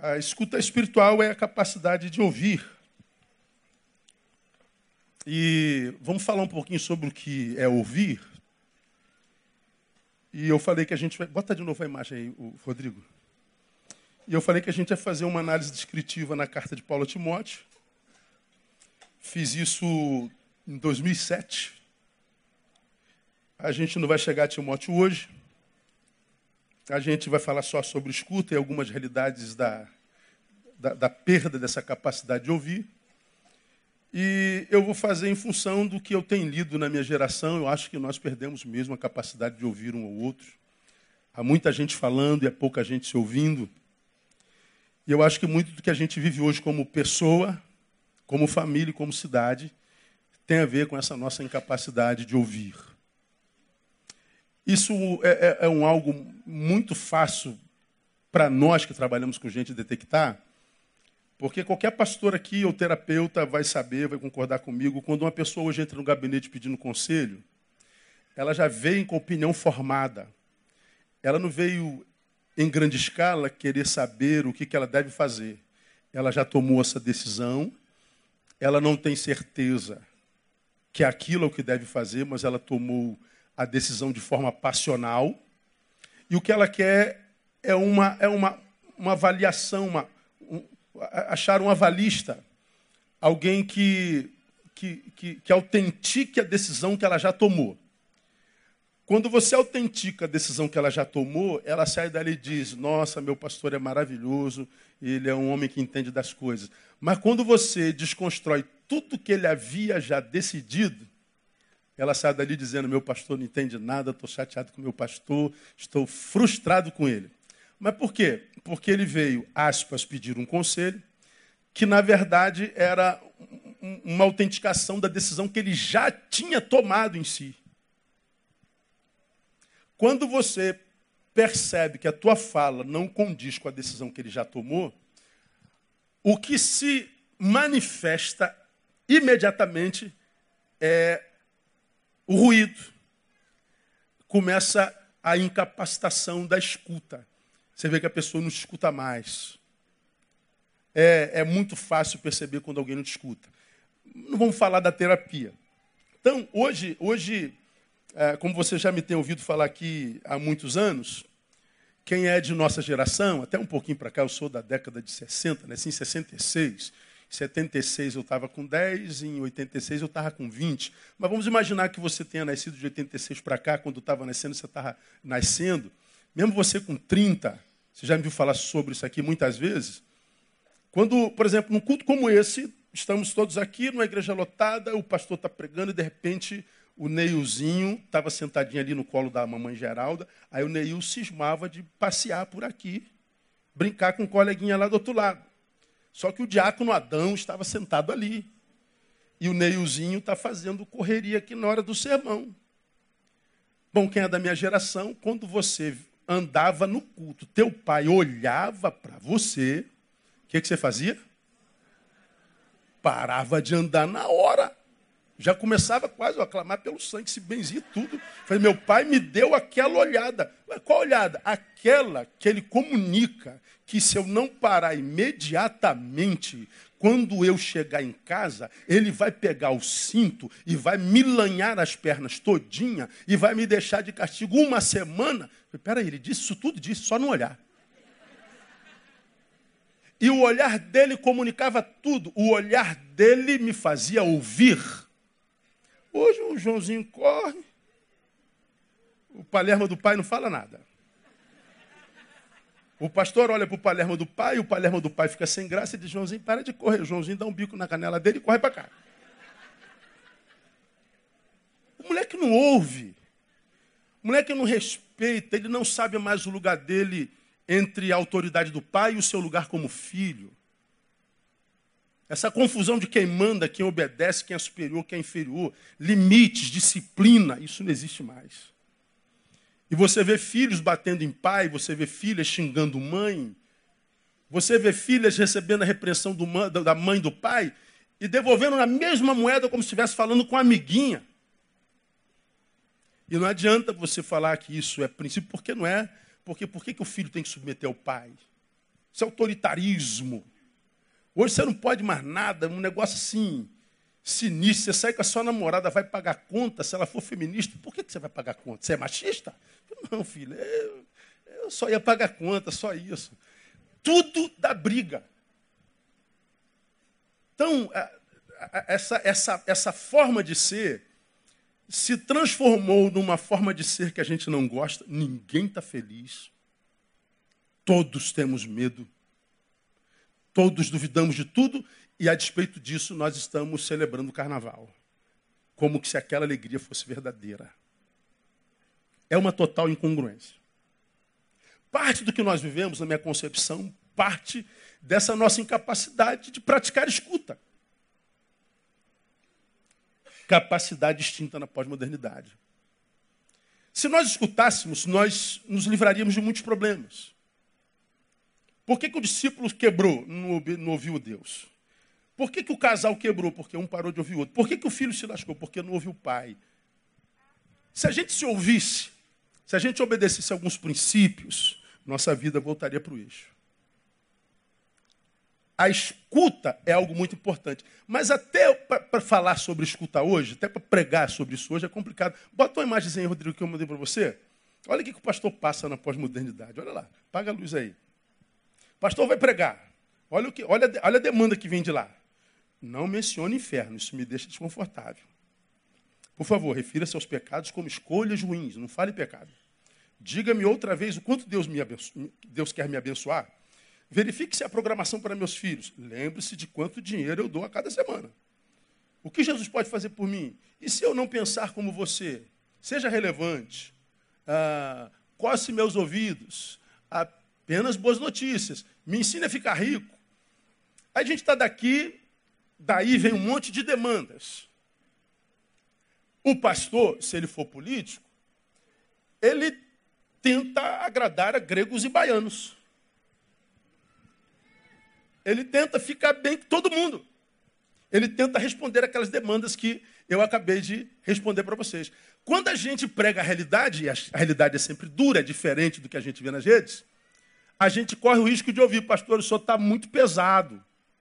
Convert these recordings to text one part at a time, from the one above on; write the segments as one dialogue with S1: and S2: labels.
S1: A escuta espiritual é a capacidade de ouvir. E vamos falar um pouquinho sobre o que é ouvir. E eu falei que a gente vai... Bota de novo a imagem aí, Rodrigo. E eu falei que a gente ia fazer uma análise descritiva na carta de Paulo a Timóteo. Fiz isso em 2007. A gente não vai chegar a Timóteo hoje. A gente vai falar só sobre escuta e algumas realidades da perda dessa capacidade de ouvir. E eu vou fazer em função do que eu tenho lido na minha geração. Eu acho que nós perdemos mesmo a capacidade de ouvir um ao outro. Há muita gente falando e há pouca gente se ouvindo. E eu acho que muito do que a gente vive hoje como pessoa, como família e como cidade, tem a ver com essa nossa incapacidade de ouvir. Isso é algo muito fácil para nós que trabalhamos com gente detectar, porque qualquer pastor aqui ou terapeuta vai saber, vai concordar comigo, quando uma pessoa hoje entra no gabinete pedindo conselho, ela já veio com opinião formada. Ela não veio em grande escala querer saber o que ela deve fazer. Ela já tomou essa decisão, ela não tem certeza que aquilo é o que deve fazer, mas ela tomou a decisão de forma passional. E o que ela quer é uma avaliação, achar um avalista, alguém que autentique a decisão que ela já tomou. Quando você autentica a decisão que ela já tomou, ela sai dali e diz, nossa, meu pastor é maravilhoso, ele é um homem que entende das coisas. Mas quando você desconstrói tudo que ele havia já decidido, ela sai dali dizendo, meu pastor não entende nada, estou chateado com o meu pastor, estou frustrado com ele. Mas por quê? Porque ele veio, aspas, pedir um conselho, que na verdade era uma autenticação da decisão que ele já tinha tomado em si. Quando você percebe que a tua fala não condiz com a decisão que ele já tomou, o que se manifesta imediatamente é o ruído. Começa a incapacitação da escuta. Você vê que a pessoa não te escuta mais. É muito fácil perceber quando alguém não te escuta. Não vamos falar da terapia. Então, hoje como você já me tem ouvido falar aqui há muitos anos, quem é de nossa geração, até um pouquinho para cá, eu sou da década de 60, nasci em 66. Em 76 eu estava com 10, em 86 eu estava com 20. Mas vamos imaginar que você tenha nascido de 86 para cá, quando estava nascendo, você estava nascendo. Mesmo você com 30, você já me viu falar sobre isso aqui muitas vezes. Quando, por exemplo, num culto como esse, estamos todos aqui, numa igreja lotada, o pastor está pregando e, de repente, o Neilzinho estava sentadinho ali no colo da mamãe Geralda, aí o Neil cismava de passear por aqui, brincar com um coleguinha lá do outro lado. Só que o diácono Adão estava sentado ali. E o Neilzinho está fazendo correria aqui na hora do sermão. Bom, quem é da minha geração, quando você andava no culto, teu pai olhava para você, o que você fazia? Parava de andar na hora. Já começava quase a clamar pelo sangue, se benzia tudo. Falei, meu pai me deu aquela olhada. Qual olhada? Aquela que ele comunica que se eu não parar imediatamente, quando eu chegar em casa, ele vai pegar o cinto e vai me lanhar as pernas todinha e vai me deixar de castigo uma semana. Falei, peraí, ele disse isso tudo? Disse, só não olhar. E o olhar dele comunicava tudo. O olhar dele me fazia ouvir. Hoje o Joãozinho corre, o Palermo do pai não fala nada. O pastor olha para o Palermo do pai, e o Palermo do pai fica sem graça e diz, Joãozinho, para de correr. O Joãozinho dá um bico na canela dele e corre para cá. O moleque não ouve, o moleque não respeita, ele não sabe mais o lugar dele entre a autoridade do pai e o seu lugar como filho. Essa confusão de quem manda, quem obedece, quem é superior, quem é inferior, limites, disciplina, isso não existe mais. E você vê filhos batendo em pai, você vê filhas xingando mãe, você vê filhas recebendo a repreensão da mãe e do pai e devolvendo na mesma moeda como se estivesse falando com a amiguinha. E não adianta você falar que isso é princípio, porque não é. Porque por que o filho tem que submeter ao pai? Isso é autoritarismo. Hoje você não pode mais nada, um negócio assim, sinistro. Você sai com a sua namorada, vai pagar conta, se ela for feminista, por que você vai pagar conta? Você é machista? Não, filho, eu só ia pagar conta, só isso. Tudo dá briga. Então, essa forma de ser se transformou numa forma de ser que a gente não gosta. Ninguém está feliz. Todos temos medo. Todos duvidamos de tudo. E, a despeito disso, nós estamos celebrando o carnaval. Como se aquela alegria fosse verdadeira. É uma total incongruência. Parte do que nós vivemos, na minha concepção, parte dessa nossa incapacidade de praticar escuta. Capacidade extinta na pós-modernidade. Se nós escutássemos, nós nos livraríamos de muitos problemas. Por que o discípulo quebrou? Não ouviu Deus. Por que o casal quebrou? Porque um parou de ouvir o outro. Por que o filho se lascou? Porque não ouviu o pai. Se a gente se ouvisse, se a gente obedecesse a alguns princípios, nossa vida voltaria para o eixo. A escuta é algo muito importante. Mas até para falar sobre escuta hoje, até para pregar sobre isso hoje, é complicado. Bota uma imagenzinha, Rodrigo, que eu mandei para você. Olha o que o pastor passa na pós-modernidade. Olha lá, apaga a luz aí. O pastor vai pregar. Olha a demanda que vem de lá. Não mencione inferno, isso me deixa desconfortável. Por favor, refira-se aos pecados como escolhas ruins, não fale pecado. Diga-me outra vez o quanto Deus quer me abençoar. Verifique-se a programação para meus filhos. Lembre-se de quanto dinheiro eu dou a cada semana. O que Jesus pode fazer por mim? E se eu não pensar como você? Seja relevante. Coce meus ouvidos. Apenas boas notícias. Me ensine a ficar rico. Aí a gente está daqui, daí vem um monte de demandas. O pastor, se ele for político, ele tenta agradar a gregos e baianos. Ele tenta ficar bem com todo mundo. Ele tenta responder aquelas demandas que eu acabei de responder para vocês. Quando a gente prega a realidade, e a realidade é sempre dura, é diferente do que a gente vê nas redes, a gente corre o risco de ouvir, pastor, o senhor está muito pesado.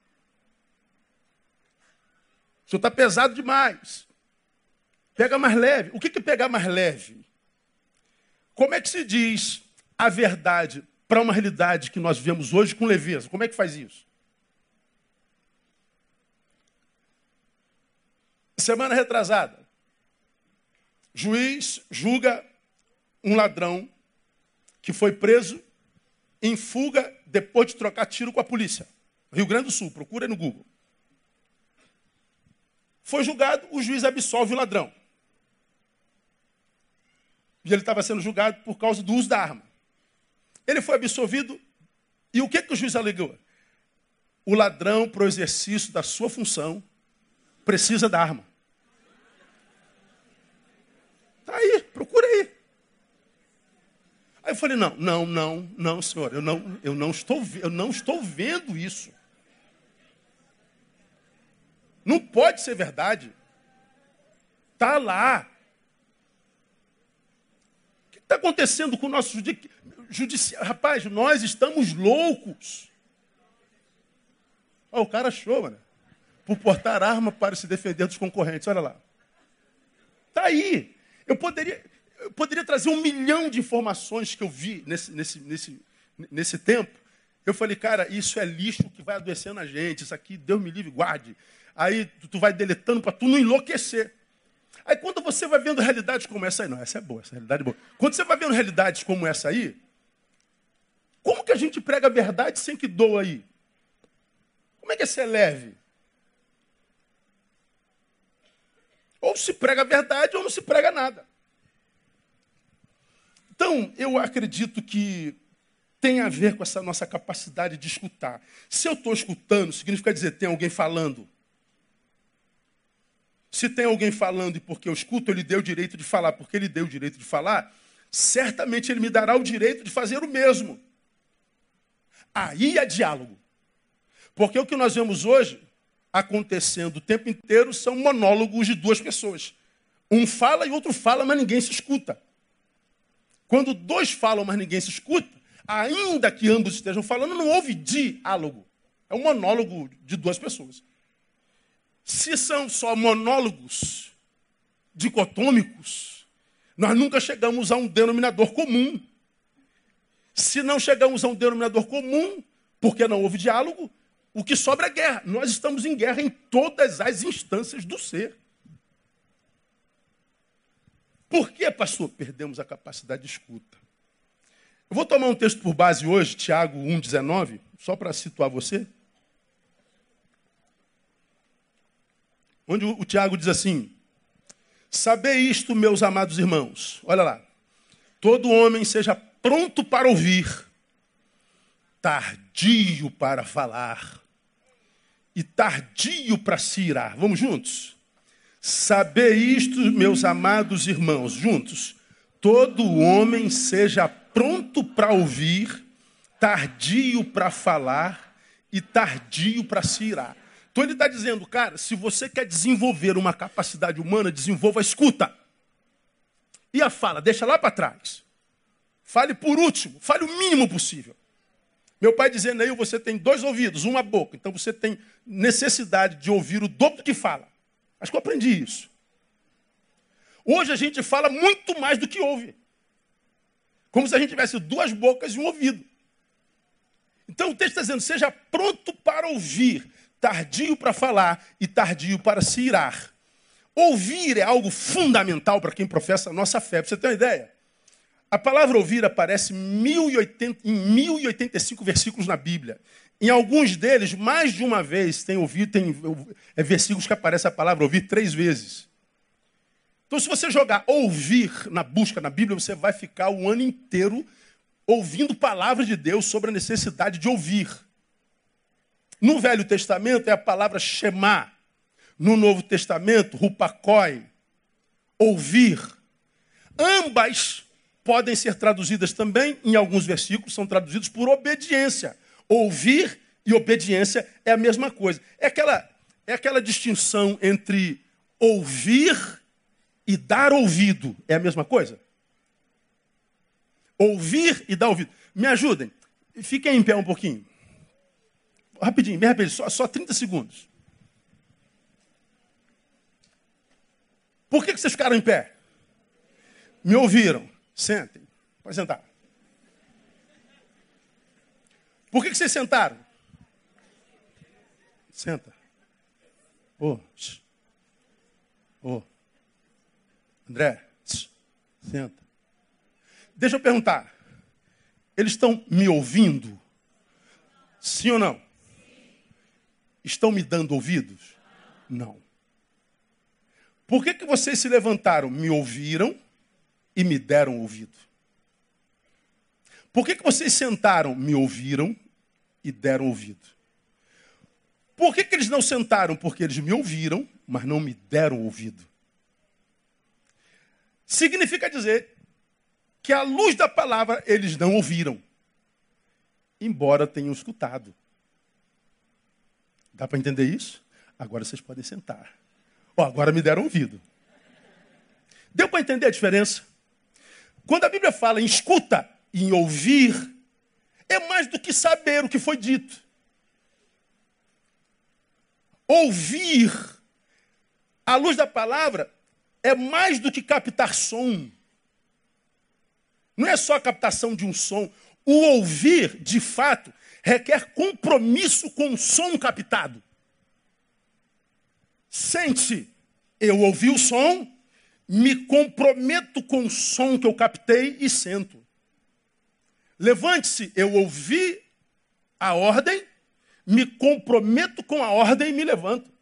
S1: O senhor está pesado demais. Pega mais leve. O que é pegar mais leve? Como é que se diz a verdade para uma realidade que nós vemos hoje com leveza? Como é que faz isso? Semana retrasada, juiz julga um ladrão que foi preso em fuga depois de trocar tiro com a polícia. Rio Grande do Sul, procura aí no Google. Foi julgado, o juiz absolve o ladrão. E ele estava sendo julgado por causa do uso da arma. Ele foi absolvido, e o que o juiz alegou? O ladrão, para o exercício da sua função, precisa da arma. Está aí, procura aí. Aí eu falei, não, senhor, eu não estou vendo isso. Não pode ser verdade. Está lá. O que está acontecendo com o nosso judiciário? Rapaz, nós estamos loucos. O cara achou, mano. Por portar arma para se defender dos concorrentes. Olha lá. Está aí. Eu poderia trazer 1 milhão de informações que eu vi nesse tempo. Eu falei, cara, isso é lixo que vai adoecendo a gente. Isso aqui, Deus me livre, guarde. Aí tu vai deletando para tu não enlouquecer. Aí quando você vai vendo realidades como essa aí, não, essa é boa, essa realidade é boa. Quando você vai vendo realidades como essa aí, como que a gente prega a verdade sem que doa aí? Como é que você é leve? Ou se prega a verdade ou não se prega nada. Então, eu acredito que tem a ver com essa nossa capacidade de escutar. Se eu estou escutando, significa dizer, tem alguém falando. Se tem alguém falando e porque eu escuto, ele deu o direito de falar. Porque ele deu o direito de falar, certamente ele me dará o direito de fazer o mesmo. Aí é diálogo. Porque o que nós vemos hoje acontecendo o tempo inteiro são monólogos de duas pessoas. Um fala e outro fala, mas ninguém se escuta. Quando dois falam, mas ninguém se escuta, ainda que ambos estejam falando, não houve diálogo. É um monólogo de duas pessoas. Se são só monólogos dicotômicos, nós nunca chegamos a um denominador comum. Se não chegamos a um denominador comum, porque não houve diálogo, o que sobra é guerra. Nós estamos em guerra em todas as instâncias do ser. Por que, pastor, perdemos a capacidade de escuta? Eu vou tomar um texto por base hoje, Tiago 1,19, só para situar você. Onde o Tiago diz assim: sabei isto, meus amados irmãos. Olha lá. Todo homem seja pronto para ouvir, tardio para falar e tardio para se irar. Vamos juntos? Sabei isto, meus amados irmãos, juntos. Todo homem seja pronto para ouvir, tardio para falar e tardio para se irar. Então ele está dizendo, cara, se você quer desenvolver uma capacidade humana, desenvolva a escuta. E a fala, deixa lá para trás. Fale por último, fale o mínimo possível. Meu pai dizendo aí, você tem 2 ouvidos, uma boca. Então você tem necessidade de ouvir o dobro que fala. Acho que eu aprendi isso. Hoje a gente fala muito mais do que ouve. Como se a gente tivesse 2 bocas e um ouvido. Então o texto está dizendo, seja pronto para ouvir, tardio para falar e tardio para se irar. Ouvir é algo fundamental para quem professa a nossa fé. Para você ter uma ideia? A palavra ouvir aparece em 1085 versículos na Bíblia. Em alguns deles, mais de uma vez, tem versículos que aparece a palavra ouvir 3 vezes. Então, se você jogar ouvir na busca na Bíblia, você vai ficar o ano inteiro ouvindo palavras de Deus sobre a necessidade de ouvir. No Velho Testamento é a palavra shema. No Novo Testamento, rupakoi, ouvir. Ambas podem ser traduzidas também, em alguns versículos, são traduzidos por obediência. Ouvir e obediência é a mesma coisa. É aquela distinção entre ouvir e dar ouvido. É a mesma coisa? Ouvir e dar ouvido. Me ajudem. Fiquem em pé um pouquinho. Rapidinho, só 30 segundos. Por que vocês ficaram em pé? Me ouviram? Sentem. Pode sentar. Por que vocês sentaram? Senta. André, senta. Deixa eu perguntar. Eles estão me ouvindo? Sim ou não? Estão me dando ouvidos? Não. Por que vocês se levantaram? Me ouviram e me deram ouvido. Por que vocês sentaram? Me ouviram e deram ouvido. Por que eles não sentaram? Porque eles me ouviram, mas não me deram ouvido. Significa dizer que à luz da palavra eles não ouviram, embora tenham escutado. Dá para entender isso? Agora vocês podem sentar. Agora me deram ouvido. Deu para entender a diferença? Quando a Bíblia fala em escuta e em ouvir, é mais do que saber o que foi dito. Ouvir, à luz da palavra, é mais do que captar som. Não é só a captação de um som. O ouvir, de fato, requer compromisso com o som captado. Sente, eu ouvi o som, me comprometo com o som que eu captei e sento. Levante-se, eu ouvi a ordem, me comprometo com a ordem e me levanto.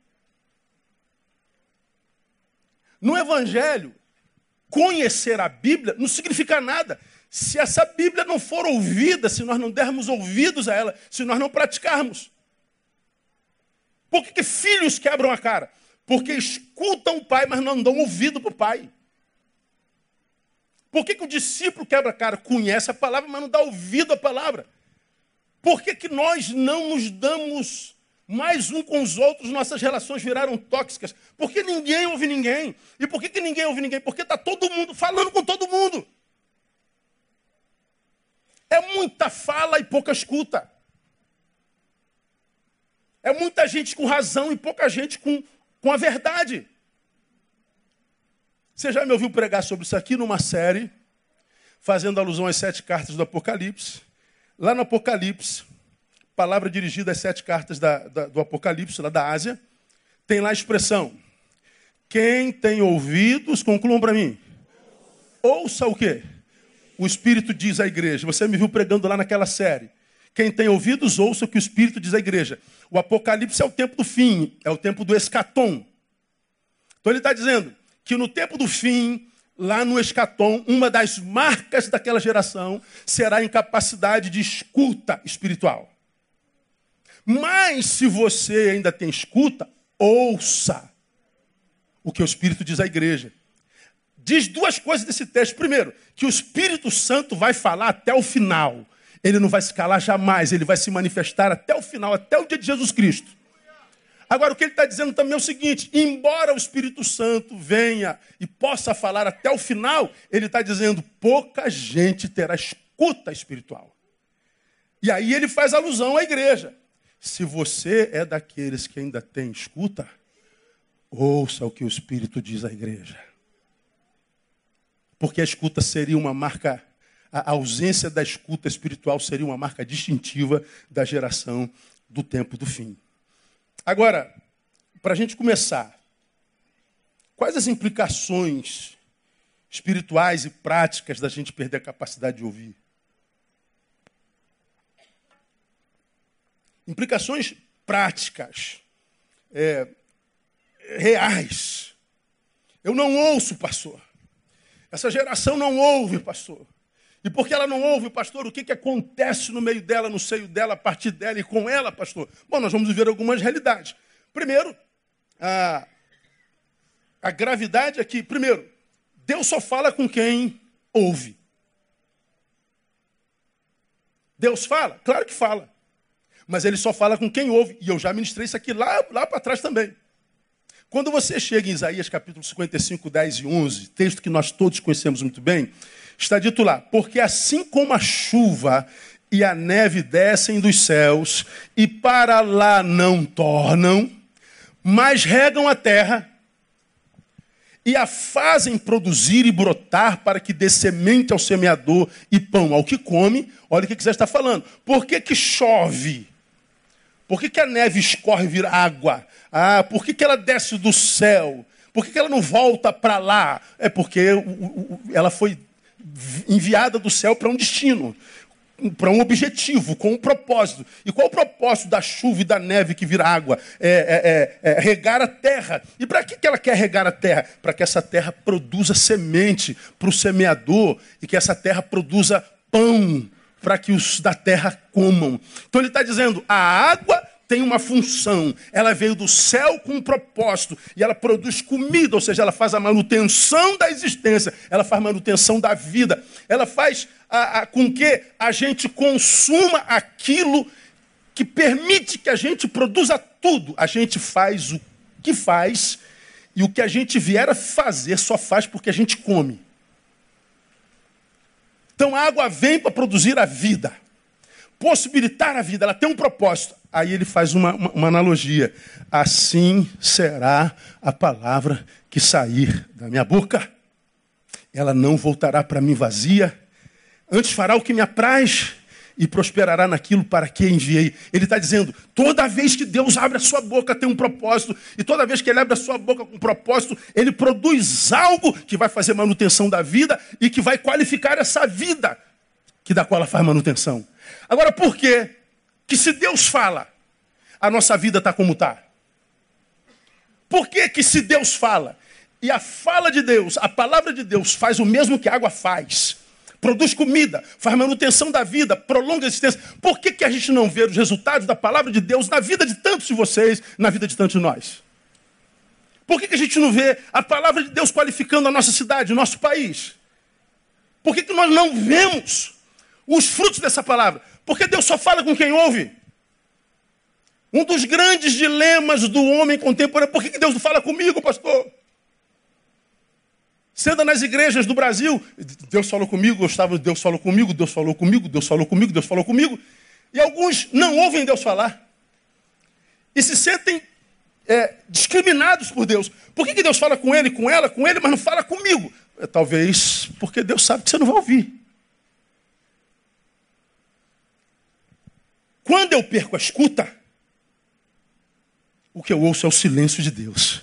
S1: No Evangelho, conhecer a Bíblia não significa nada. Se essa Bíblia não for ouvida, se nós não dermos ouvidos a ela, se nós não praticarmos. Por que filhos quebram a cara? Porque escutam o pai, mas não dão ouvido para o pai. Por que o discípulo quebra a cara? Conhece a palavra, mas não dá ouvido à palavra. Por que nós não nos damos mais um com os outros, nossas relações viraram tóxicas? Porque ninguém ouve ninguém. E por que ninguém ouve ninguém? Porque está todo mundo falando com todo mundo. É muita fala e pouca escuta. É muita gente com razão e pouca gente com a verdade. Você já me ouviu pregar sobre isso aqui numa série, fazendo alusão às 7 cartas do Apocalipse. Lá no Apocalipse, palavra dirigida às 7 cartas do Apocalipse, lá da Ásia, tem lá a expressão: quem tem ouvidos, concluam para mim, ouça o quê? O Espírito diz à igreja. Você me viu pregando lá naquela série. Quem tem ouvidos, ouça o que o Espírito diz à igreja. O Apocalipse é o tempo do fim, é o tempo do escatom. Então ele está dizendo que no tempo do fim, lá no escatom, uma das marcas daquela geração será a incapacidade de escuta espiritual. Mas se você ainda tem escuta, ouça o que o Espírito diz à igreja. Diz 2 coisas desse texto. Primeiro, que o Espírito Santo vai falar até o final. Ele não vai se calar jamais, ele vai se manifestar até o final, até o dia de Jesus Cristo. Agora, o que ele está dizendo também é o seguinte: embora o Espírito Santo venha e possa falar até o final, ele está dizendo, pouca gente terá escuta espiritual. E aí ele faz alusão à igreja. Se você é daqueles que ainda tem escuta, ouça o que o Espírito diz à igreja. Porque a escuta seria uma marca, a ausência da escuta espiritual seria uma marca distintiva da geração do tempo do fim. Agora, para a gente começar, quais as implicações espirituais e práticas da gente perder a capacidade de ouvir? Implicações práticas, reais. Eu não ouço, pastor. Essa geração não ouve, pastor. E porque ela não ouve, pastor, o que acontece no meio dela, no seio dela, a partir dela e com ela, pastor? Bom, nós vamos ver algumas realidades. Primeiro, a gravidade aqui. Primeiro, Deus só fala com quem ouve. Deus fala? Claro que fala. Mas ele só fala com quem ouve. E eu já ministrei isso aqui lá para trás também. Quando você chega em Isaías capítulo 55, 10 e 11, texto que nós todos conhecemos muito bem, está dito lá: porque assim como a chuva e a neve descem dos céus e para lá não tornam, mas regam a terra e a fazem produzir e brotar para que dê semente ao semeador e pão ao que come, olha o que você está falando. Por que chove? Por que a neve escorre e vira água? Por que ela desce do céu? Por que ela não volta para lá? É porque ela foi enviada do céu para um destino, para um objetivo, com um propósito. E qual o propósito da chuva e da neve que vira água? É regar a terra. E para que ela quer regar a terra? Para que essa terra produza semente para o semeador e que essa terra produza pão para que os da terra comam. Então ele está dizendo, a água tem uma função, ela veio do céu com um propósito, e ela produz comida, ou seja, ela faz a manutenção da existência, ela faz a manutenção da vida, ela faz com que a gente consuma aquilo que permite que a gente produza tudo. A gente faz o que faz, e o que a gente vier a fazer só faz porque a gente come. Então a água vem para produzir a vida, possibilitar a vida, ela tem um propósito. Aí ele faz uma analogia. Assim será a palavra que sair da minha boca. Ela não voltará para mim vazia, antes fará o que me apraz e prosperará naquilo para que enviei. Ele está dizendo, toda vez que Deus abre a sua boca tem um propósito, e toda vez que ele abre a sua boca com um propósito, ele produz algo que vai fazer manutenção da vida e que vai qualificar essa vida da qual ela faz manutenção. Agora, por quê? Que se Deus fala, a nossa vida está como está? Por que se Deus fala, e a fala de Deus, a palavra de Deus faz o mesmo que a água faz, produz comida, faz manutenção da vida, prolonga a existência, por que a gente não vê os resultados da palavra de Deus na vida de tantos de vocês, na vida de tantos de nós? Por que a gente não vê a palavra de Deus qualificando a nossa cidade, o nosso país? Por que nós não vemos os frutos dessa palavra? Porque Deus só fala com quem ouve. Um dos grandes dilemas do homem contemporâneo, por que Deus não fala comigo, pastor? Você anda nas igrejas do Brasil, Deus falou comigo, Deus falou comigo, Deus falou comigo, Deus falou comigo, Deus falou comigo. E alguns não ouvem Deus falar. E se sentem discriminados por Deus. Por que Deus fala com ele, com ela, com ele, mas não fala comigo? Talvez porque Deus sabe que você não vai ouvir. Quando eu perco a escuta, o que eu ouço é o silêncio de Deus.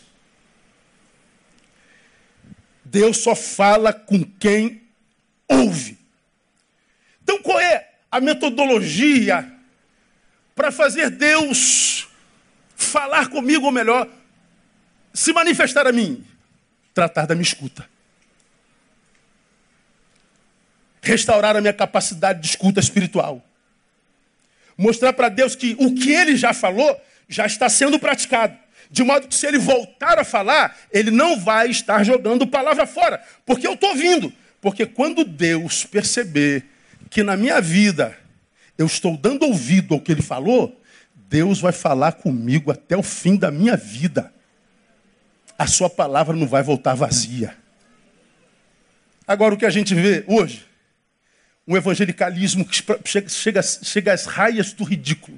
S1: Deus só fala com quem ouve. Então qual é a metodologia para fazer Deus falar comigo, ou melhor, se manifestar a mim? Tratar da minha escuta. Restaurar a minha capacidade de escuta espiritual. Mostrar para Deus que o que Ele já falou já está sendo praticado. De modo que se Ele voltar a falar, Ele não vai estar jogando palavra fora. Porque eu estou ouvindo. Porque quando Deus perceber que na minha vida eu estou dando ouvido ao que Ele falou, Deus vai falar comigo até o fim da minha vida. A sua palavra não vai voltar vazia. Agora o que a gente vê hoje, um evangelicalismo que chega às raias do ridículo.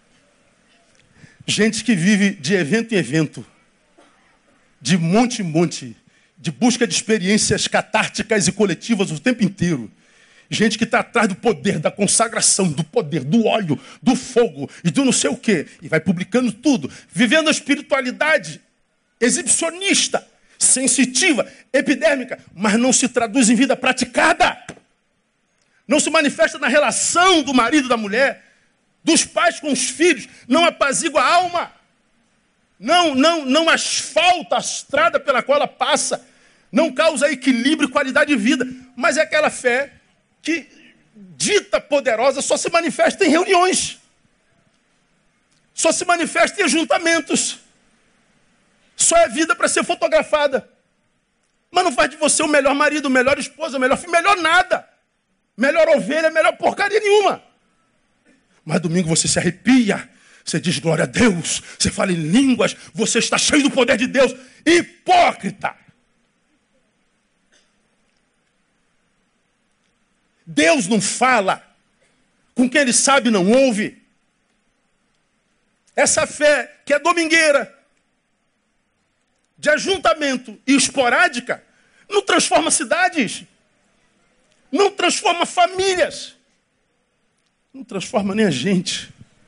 S1: Gente que vive de evento em evento, de monte em monte, de busca de experiências catárticas e coletivas o tempo inteiro. Gente que está atrás do poder, da consagração, do poder, do óleo, do fogo e do não sei o quê. E vai publicando tudo. Vivendo a espiritualidade exibicionista, sensitiva, epidérmica, mas não se traduz em vida praticada. Não se manifesta na relação do marido e da mulher, dos pais com os filhos, não apazigua a alma, não asfalta a estrada pela qual ela passa, não causa equilíbrio e qualidade de vida, mas é aquela fé que, dita poderosa, só se manifesta em reuniões, só se manifesta em ajuntamentos, só é vida para ser fotografada, mas não faz de você o melhor marido, o melhor esposa, o melhor filho, melhor nada, melhor ovelha, melhor porcaria nenhuma. Mas domingo você se arrepia, você diz glória a Deus, você fala em línguas, você está cheio do poder de Deus. Hipócrita! Deus não fala, com quem Ele sabe não ouve. Essa fé que é domingueira, de ajuntamento e esporádica, não transforma cidades, não transforma famílias, não transforma nem a gente.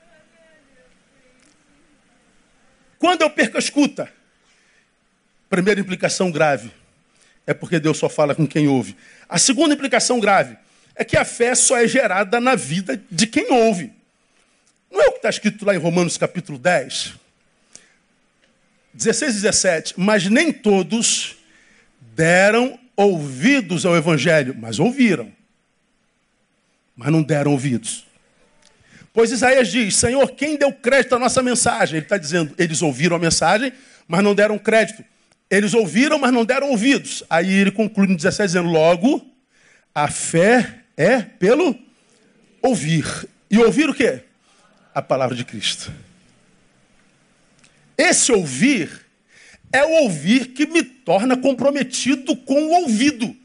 S1: Quando eu perco a escuta, primeira implicação grave é porque Deus só fala com quem ouve. A segunda implicação grave é que a fé só é gerada na vida de quem ouve. Não é o que está escrito lá em Romanos capítulo 10? 16 e 17. Mas nem todos deram ouvidos ao Evangelho, mas ouviram. Mas não deram ouvidos. Pois Isaías diz, Senhor, quem deu crédito à nossa mensagem? Ele está dizendo, eles ouviram a mensagem, mas não deram crédito. Eles ouviram, mas não deram ouvidos. Aí ele conclui no 17 dizendo, logo, a fé é pelo ouvir. E ouvir o quê? A palavra de Cristo. Esse ouvir é o ouvir que me torna comprometido com o ouvido.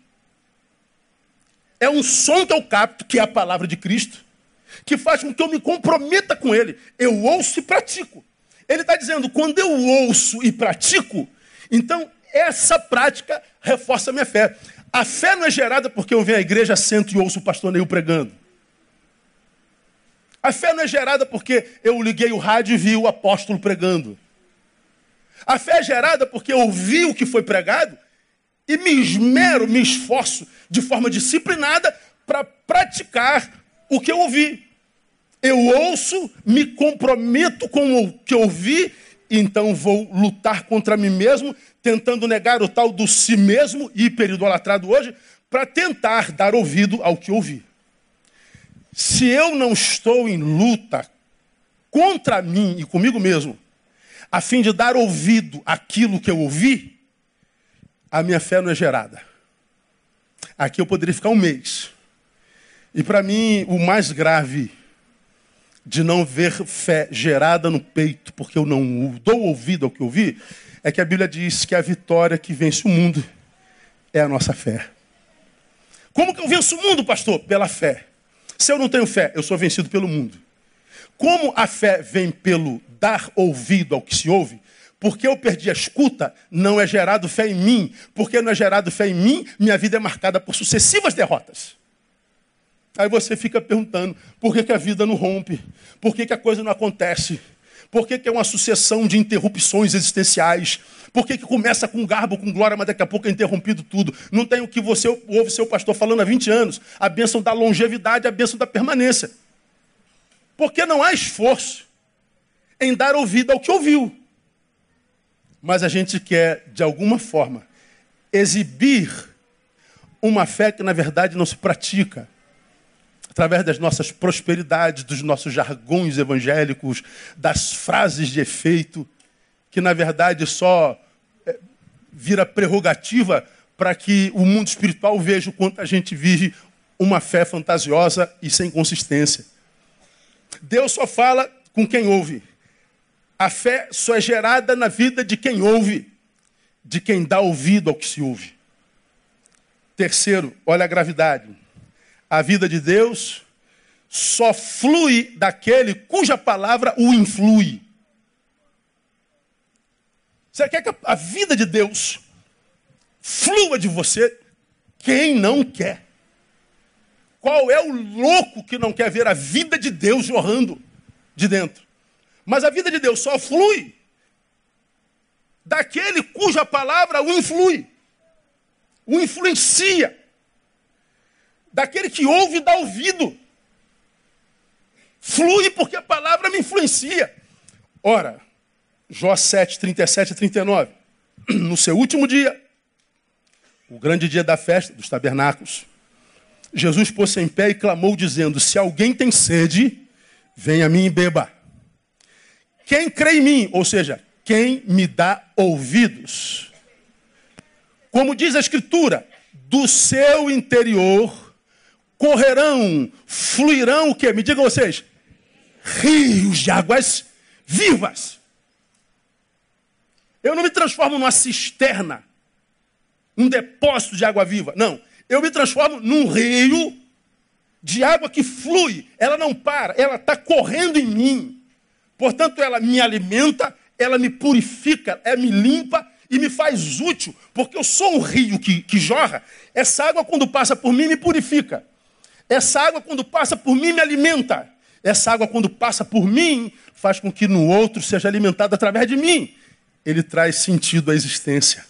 S1: É um som que eu capto, que é a palavra de Cristo, que faz com que eu me comprometa com Ele. Eu ouço e pratico. Ele está dizendo, quando eu ouço e pratico, então essa prática reforça a minha fé. A fé não é gerada porque eu venho à igreja, sento e ouço o pastor Neil pregando. A fé não é gerada porque eu liguei o rádio e vi o apóstolo pregando. A fé é gerada porque eu ouvi o que foi pregado e me esmero, me esforço de forma disciplinada para praticar o que eu ouvi. Eu ouço, me comprometo com o que eu ouvi, e então vou lutar contra mim mesmo, tentando negar o tal do si mesmo, hiperidolatrado hoje, para tentar dar ouvido ao que ouvi. Se eu não estou em luta contra mim e comigo mesmo, a fim de dar ouvido àquilo que eu ouvi, a minha fé não é gerada. Aqui eu poderia ficar um mês. E para mim, o mais grave de não ver fé gerada no peito, porque eu não dou ouvido ao que ouvi, é que a Bíblia diz que a vitória que vence o mundo é a nossa fé. Como que eu venço o mundo, pastor? Pela fé. Se eu não tenho fé, eu sou vencido pelo mundo. Como a fé vem pelo dar ouvido ao que se ouve, porque eu perdi a escuta, não é gerado fé em mim. Porque não é gerado fé em mim, minha vida é marcada por sucessivas derrotas. Aí você fica perguntando, por que a vida não rompe? Por que a coisa não acontece? Por que é uma sucessão de interrupções existenciais? Por que começa com garbo, com glória, mas daqui a pouco é interrompido tudo? Não tem o que você ouve seu pastor falando há 20 anos. A bênção da longevidade, a bênção da permanência. Porque não há esforço em dar ouvido ao que ouviu. Mas a gente quer, de alguma forma, exibir uma fé que, na verdade, não se pratica. Através das nossas prosperidades, dos nossos jargões evangélicos, das frases de efeito, que, na verdade, só vira prerrogativa para que o mundo espiritual veja o quanto a gente vive uma fé fantasiosa e sem consistência. Deus só fala com quem ouve. A fé só é gerada na vida de quem ouve, de quem dá ouvido ao que se ouve. Terceiro, olha a gravidade. A vida de Deus só flui daquele cuja palavra o influi. Você quer que a vida de Deus flua de você? Quem não quer? Qual é o louco que não quer ver a vida de Deus jorrando de dentro? Mas a vida de Deus só flui daquele cuja palavra o influi, o influencia. Daquele que ouve e dá ouvido. Flui porque a palavra me influencia. Ora, Jó 7, 37 e 39. No seu último dia, o grande dia da festa dos tabernáculos, Jesus pôs-se em pé e clamou dizendo, se alguém tem sede, venha a mim e beba. Quem crê em mim, ou seja, quem me dá ouvidos. Como diz a Escritura, do seu interior correrão, fluirão o quê? Me digam vocês. Rios de águas vivas. Eu não me transformo numa cisterna, um depósito de água viva. Não. Eu me transformo num rio de água que flui. Ela não para, ela está correndo em mim. Portanto, ela me alimenta, ela me purifica, ela me limpa e me faz útil. Porque eu sou um rio que jorra. Essa água, quando passa por mim, me purifica. Essa água, quando passa por mim, me alimenta. Essa água, quando passa por mim, faz com que no outro seja alimentado através de mim. Ele traz sentido à existência.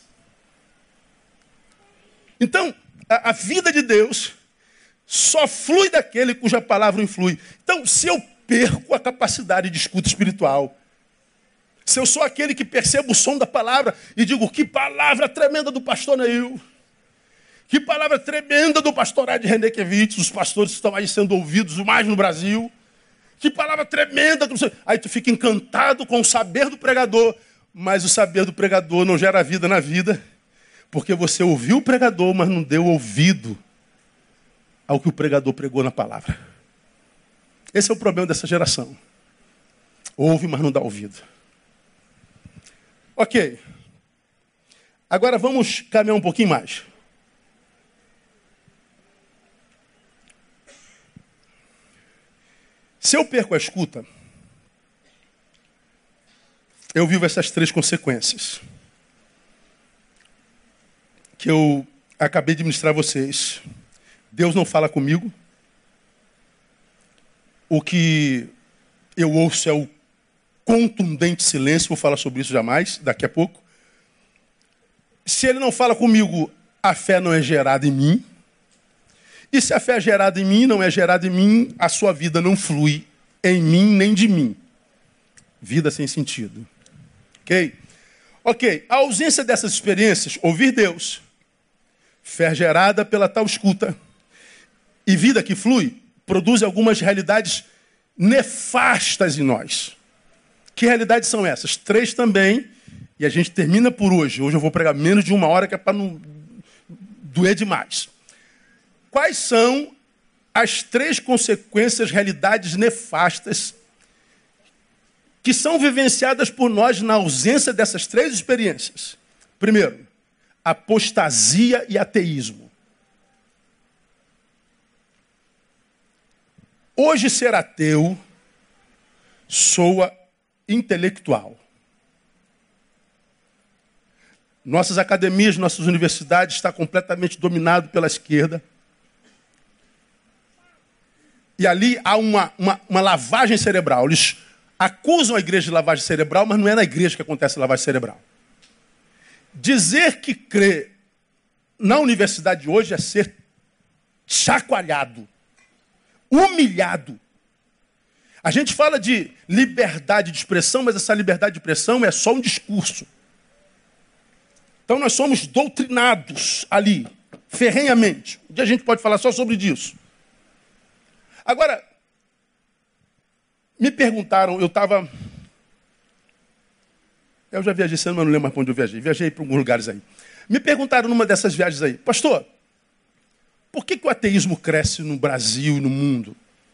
S1: Então, a vida de Deus só flui daquele cuja palavra influi. Então, se eu perco a capacidade de escuta espiritual, se eu sou aquele que percebo o som da palavra e digo, que palavra tremenda do pastor Neil, que palavra tremenda do pastor Ed Renekiewicz, os pastores que estão aí sendo ouvidos mais no Brasil, que palavra tremenda. Aí tu fica encantado com o saber do pregador, mas o saber do pregador não gera vida na vida, porque você ouviu o pregador, mas não deu ouvido ao que o pregador pregou na palavra. Esse é o problema dessa geração. Ouve, mas não dá ouvido. Ok. Agora vamos caminhar um pouquinho mais. Se eu perco a escuta, eu vivo essas 3 consequências que eu acabei de ministrar a vocês. Deus não fala comigo. O que eu ouço é o contundente silêncio. Vou falar sobre isso jamais, daqui a pouco. Se ele não fala comigo, a fé não é gerada em mim. E se a fé é gerada em mim, não é gerada em mim, a sua vida não flui em mim nem de mim. Vida sem sentido. Ok? Ok, a ausência dessas experiências, ouvir Deus, fé gerada pela tal escuta e vida que flui, produz algumas realidades nefastas em nós. Que realidades são essas? 3 também, e a gente termina por hoje. Hoje eu vou pregar menos de 1 hora, que é para não doer demais. Quais são as 3 consequências, realidades nefastas que são vivenciadas por nós na ausência dessas 3 experiências? Primeiro, apostasia e ateísmo. Hoje ser ateu soa intelectual. Nossas academias, nossas universidades estão completamente dominadas pela esquerda. E ali há uma lavagem cerebral. Eles acusam a igreja de lavagem cerebral, mas não é na igreja que acontece a lavagem cerebral. Dizer que crê na universidade de hoje é ser chacoalhado, humilhado. A gente fala de liberdade de expressão, mas essa liberdade de expressão é só um discurso. Então nós somos doutrinados ali, ferrenhamente. Um dia a gente pode falar só sobre isso. Agora, me perguntaram, eu já viajei esse ano, mas não lembro mais para onde eu viajei. Viajei para alguns lugares aí. Me perguntaram numa dessas viagens aí, pastor, por que o ateísmo cresce no Brasil e no mundo?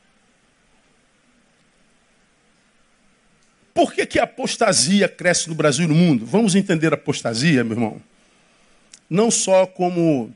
S1: Por que a apostasia cresce no Brasil e no mundo? Vamos entender a apostasia, meu irmão, não só como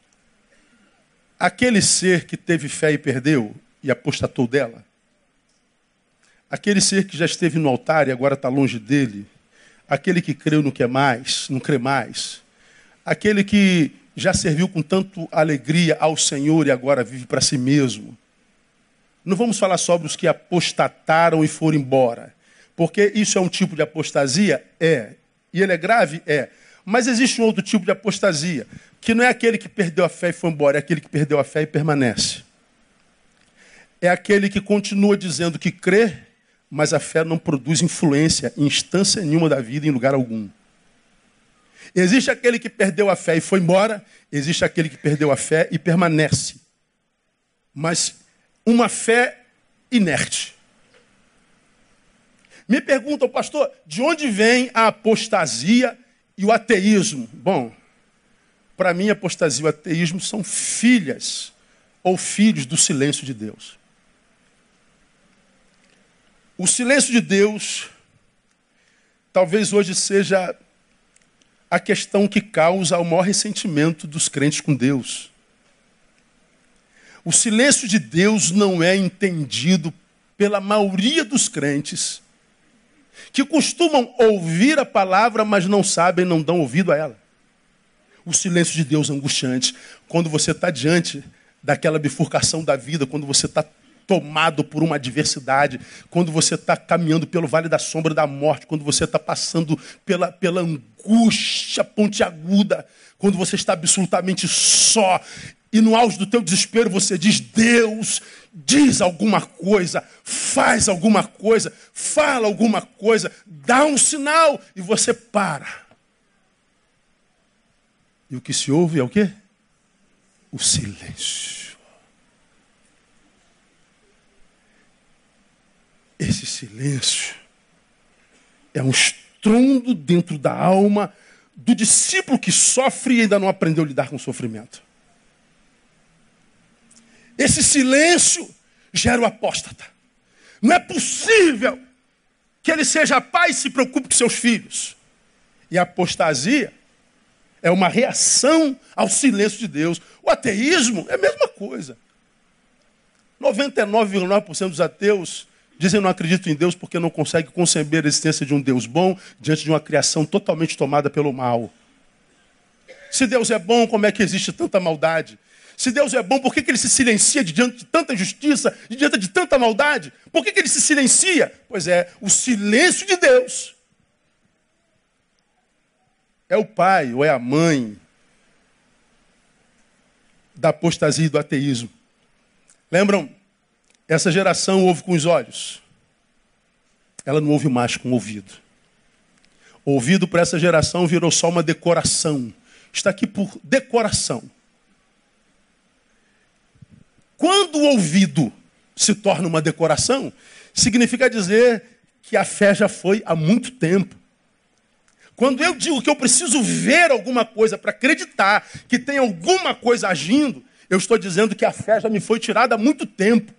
S1: aquele ser que teve fé e perdeu e apostatou dela, aquele ser que já esteve no altar e agora está longe dele, aquele que creu no que é mais, não crê mais, aquele que já serviu com tanto alegria ao Senhor e agora vive para si mesmo. Não vamos falar sobre os que apostataram e foram embora. Porque isso é um tipo de apostasia? É. E ele é grave? É. Mas existe um outro tipo de apostasia, que não é aquele que perdeu a fé e foi embora, é aquele que perdeu a fé e permanece. É aquele que continua dizendo que crê, mas a fé não produz influência em instância nenhuma da vida, em lugar algum. Existe aquele que perdeu a fé e foi embora, existe aquele que perdeu a fé e permanece. Mas uma fé inerte. Me perguntam, pastor, de onde vem a apostasia e o ateísmo? Bom, para mim, a apostasia e o ateísmo são filhas ou filhos do silêncio de Deus. O silêncio de Deus talvez hoje seja a questão que causa o maior ressentimento dos crentes com Deus. O silêncio de Deus não é entendido pela maioria dos crentes, que costumam ouvir a palavra, mas não sabem, não dão ouvido a ela. O silêncio de Deus é angustiante. Quando você está diante daquela bifurcação da vida, quando você está tomado por uma adversidade, quando você está caminhando pelo vale da sombra da morte, quando você está passando pela angústia pontiaguda, quando você está absolutamente só, e no auge do teu desespero você diz, Deus, diz alguma coisa, faz alguma coisa, fala alguma coisa, dá um sinal, e você para. E o que se ouve é o quê? O silêncio. Esse silêncio é um estrondo dentro da alma do discípulo que sofre e ainda não aprendeu a lidar com o sofrimento. Esse silêncio gera o apóstata. Não é possível que ele seja pai e se preocupe com seus filhos. E a apostasia é uma reação ao silêncio de Deus. O ateísmo é a mesma coisa. 99,9% dos ateus dizem não acreditam em Deus porque não conseguem conceber a existência de um Deus bom diante de uma criação totalmente tomada pelo mal. Se Deus é bom, como é que existe tanta maldade? Se Deus é bom, por que ele se silencia diante de tanta injustiça, diante de tanta maldade? Por que ele se silencia? Pois é, o silêncio de Deus é o pai ou é a mãe da apostasia e do ateísmo. Lembram? Essa geração ouve com os olhos. Ela não ouve mais com o ouvido. O ouvido para essa geração virou só uma decoração. Está aqui por decoração. Quando o ouvido se torna uma decoração, significa dizer que a fé já foi há muito tempo. Quando eu digo que eu preciso ver alguma coisa para acreditar que tem alguma coisa agindo, eu estou dizendo que a fé já me foi tirada há muito tempo.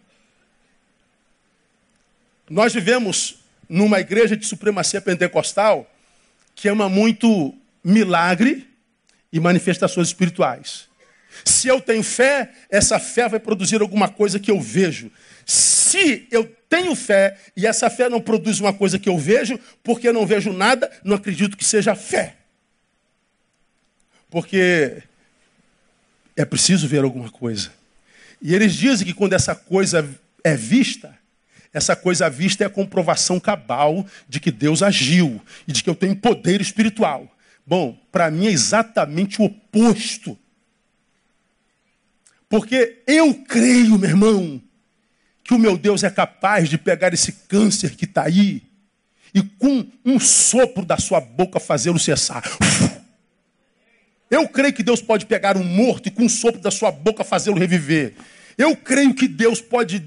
S1: Nós vivemos numa igreja de supremacia pentecostal que ama muito milagre e manifestações espirituais. Se eu tenho fé, essa fé vai produzir alguma coisa que eu vejo. Se eu tenho fé e essa fé não produz uma coisa que eu vejo, porque eu não vejo nada, não acredito que seja fé. Porque é preciso ver alguma coisa. E eles dizem que quando essa coisa é vista, essa coisa vista é a comprovação cabal de que Deus agiu e de que eu tenho poder espiritual. Bom, para mim é exatamente o oposto. Porque eu creio, meu irmão, que o meu Deus é capaz de pegar esse câncer que está aí e com um sopro da sua boca fazê-lo cessar. Eu creio que Deus pode pegar um morto e com um sopro da sua boca fazê-lo reviver. Eu creio que Deus pode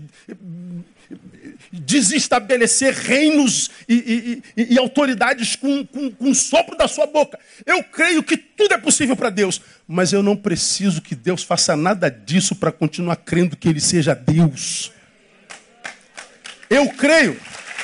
S1: desestabelecer reinos e autoridades com um sopro da sua boca. Eu creio que tudo é possível para Deus, mas eu não preciso que Deus faça nada disso para continuar crendo que Ele seja Deus. Eu creio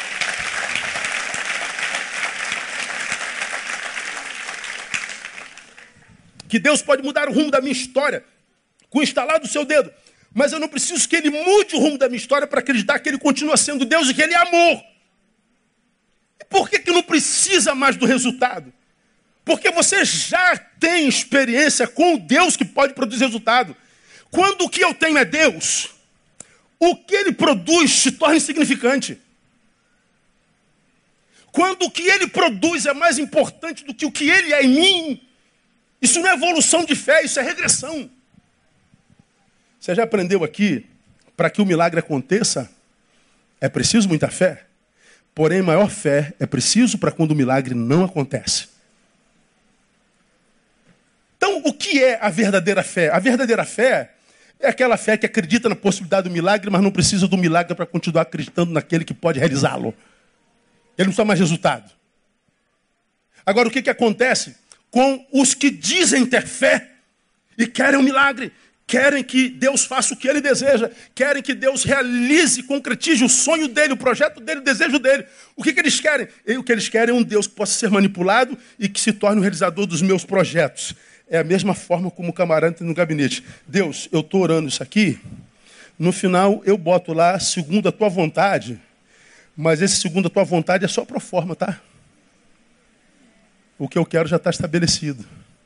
S1: que Deus pode mudar o rumo da minha história com o estalar do seu dedo. Mas eu não preciso que Ele mude o rumo da minha história para acreditar que Ele continua sendo Deus e que Ele é amor. E por que não precisa mais do resultado? Porque você já tem experiência com o Deus que pode produzir resultado. Quando o que eu tenho é Deus, o que Ele produz se torna insignificante. Quando o que Ele produz é mais importante do que o que Ele é em mim, isso não é evolução de fé, isso é regressão. Você já aprendeu aqui, para que o milagre aconteça, é preciso muita fé. Porém, maior fé é preciso para quando o milagre não acontece. Então, o que é a verdadeira fé? A verdadeira fé é aquela fé que acredita na possibilidade do milagre, mas não precisa do milagre para continuar acreditando naquele que pode realizá-lo. Ele não precisa mais resultado. Agora, o que acontece com os que dizem ter fé e querem um milagre? Querem que Deus faça o que Ele deseja. Querem que Deus realize, concretize o sonho dele, o projeto dele, o desejo dele. O que eles querem? O que eles querem é um Deus que possa ser manipulado e que se torne o realizador dos meus projetos. É a mesma forma como o camarada entra no gabinete. Deus, eu estou orando isso aqui. No final, eu boto lá, segundo a tua vontade. Mas esse segundo a tua vontade é só pro forma, tá? O que eu quero já está estabelecido.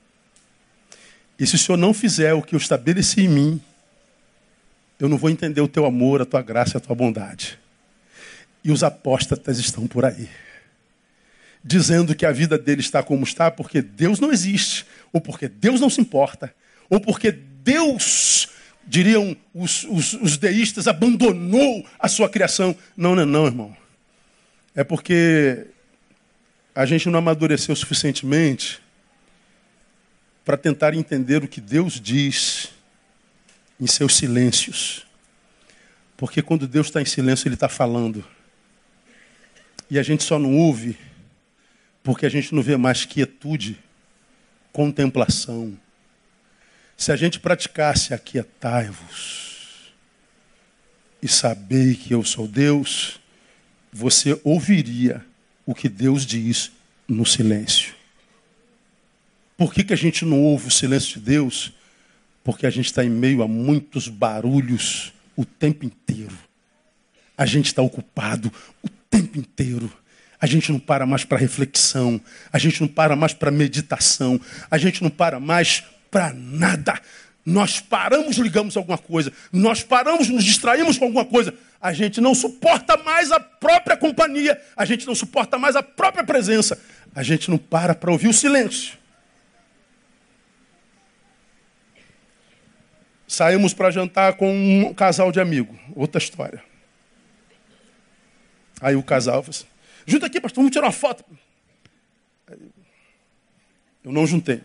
S1: E se o Senhor não fizer o que eu estabeleci em mim, eu não vou entender o teu amor, a tua graça e a tua bondade. E os apóstatas estão por aí, dizendo que a vida dele está como está porque Deus não existe, ou porque Deus não se importa, ou porque Deus, diriam os deístas, abandonou a sua criação. Não, irmão. É porque a gente não amadureceu suficientemente para tentar entender o que Deus diz em seus silêncios. Porque quando Deus está em silêncio, Ele está falando. E a gente só não ouve porque a gente não vê mais quietude, contemplação. Se a gente praticasse aquietai-vos e sabei que eu sou Deus, você ouviria o que Deus diz no silêncio. Por que a gente não ouve o silêncio de Deus? Porque a gente está em meio a muitos barulhos o tempo inteiro. A gente está ocupado o tempo inteiro. A gente não para mais para reflexão. A gente não para mais para meditação. A gente não para mais para nada. Nós paramos, ligamos alguma coisa. Nós paramos, nos distraímos com alguma coisa. A gente não suporta mais a própria companhia. A gente não suporta mais a própria presença. A gente não para ouvir o silêncio. Saímos para jantar com um casal de amigo. Outra história. Aí o casal falou assim, junta aqui, pastor, vamos tirar uma foto. Eu não juntei.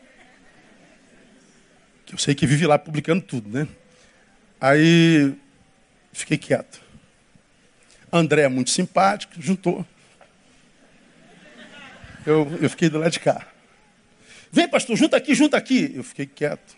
S1: Eu sei que vive lá publicando tudo, né? Aí fiquei quieto. André é muito simpático, juntou. Eu fiquei do lado de cá. Vem, pastor, junta aqui. Eu fiquei quieto.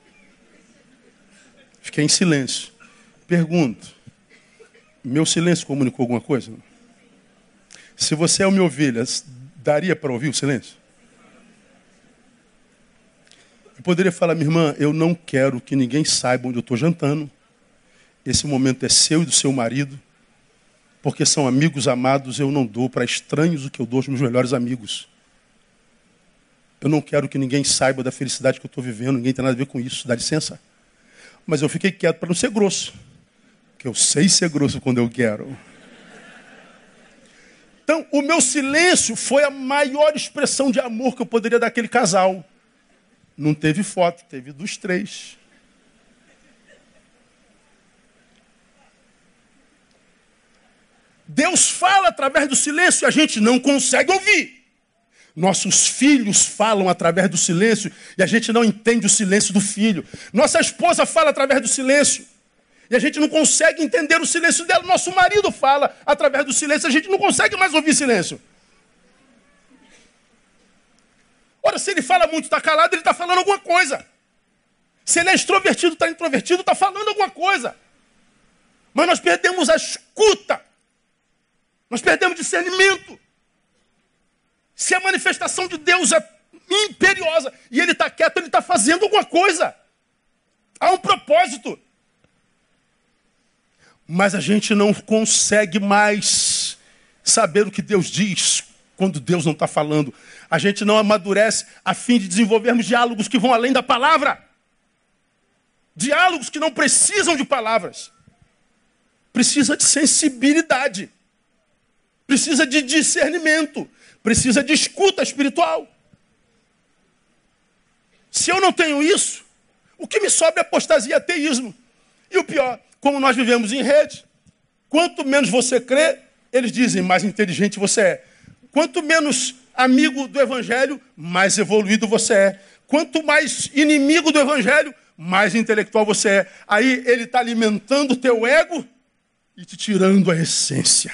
S1: Fiquei em silêncio. Pergunto, meu silêncio comunicou alguma coisa? Se você é uma ovelha, daria para ouvir o silêncio? Eu poderia falar, minha irmã, eu não quero que ninguém saiba onde eu estou jantando. Esse momento é seu e do seu marido, porque são amigos amados, eu não dou para estranhos o que eu dou aos meus melhores amigos. Eu não quero que ninguém saiba da felicidade que eu estou vivendo, ninguém tem nada a ver com isso, dá licença. Mas eu fiquei quieto para não ser grosso, porque eu sei ser grosso quando eu quero. Então, o meu silêncio foi a maior expressão de amor que eu poderia dar àquele casal. Não teve foto, teve dos três. Deus fala através do silêncio e a gente não consegue ouvir. Nossos filhos falam através do silêncio e a gente não entende o silêncio do filho. Nossa esposa fala através do silêncio e a gente não consegue entender o silêncio dela. Nosso marido fala através do silêncio e a gente não consegue mais ouvir silêncio. Ora, se ele fala muito, está calado, ele está falando alguma coisa. Se ele é extrovertido, está introvertido, está falando alguma coisa. Mas nós perdemos a escuta. Nós perdemos discernimento. Se a manifestação de Deus é imperiosa e ele está quieto, ele está fazendo alguma coisa. Há um propósito. Mas a gente não consegue mais saber o que Deus diz quando Deus não está falando. A gente não amadurece a fim de desenvolvermos diálogos que vão além da palavra. Diálogos que não precisam de palavras. Precisa de sensibilidade. Precisa de discernimento. Precisa de escuta espiritual. Se eu não tenho isso, o que me sobra é apostasia e ateísmo. E o pior, como nós vivemos em rede, quanto menos você crê, eles dizem, mais inteligente você é. Quanto menos amigo do evangelho, mais evoluído você é. Quanto mais inimigo do evangelho, mais intelectual você é. Aí ele está alimentando o teu ego e te tirando a essência.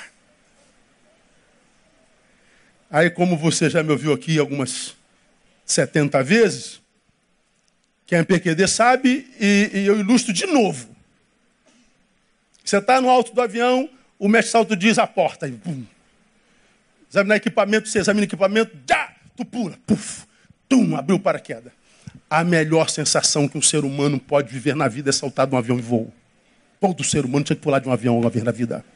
S1: Aí, como você já me ouviu aqui algumas 70 vezes, quem é PQD sabe, e eu ilustro de novo. Você está no alto do avião, o mestre salto diz a porta, e bum. Examinar equipamento, você examina equipamento, já, tu pula, puf, tum, abriu o paraquedas. A melhor sensação que um ser humano pode viver na vida é saltar de um avião em voo. Todo ser humano tinha que pular de um avião uma vez na vida.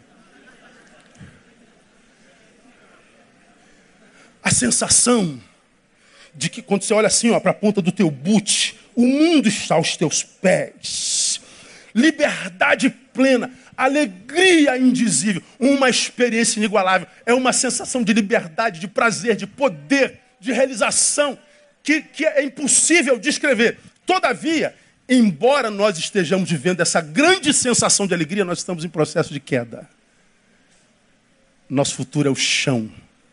S1: A sensação de que quando você olha assim para a ponta do teu boot, o mundo está aos teus pés. Liberdade plena, alegria indizível, uma experiência inigualável. É uma sensação de liberdade, de prazer, de poder, de realização, que é impossível descrever. Todavia, embora nós estejamos vivendo essa grande sensação de alegria, nós estamos em processo de queda. Nosso futuro é o chão.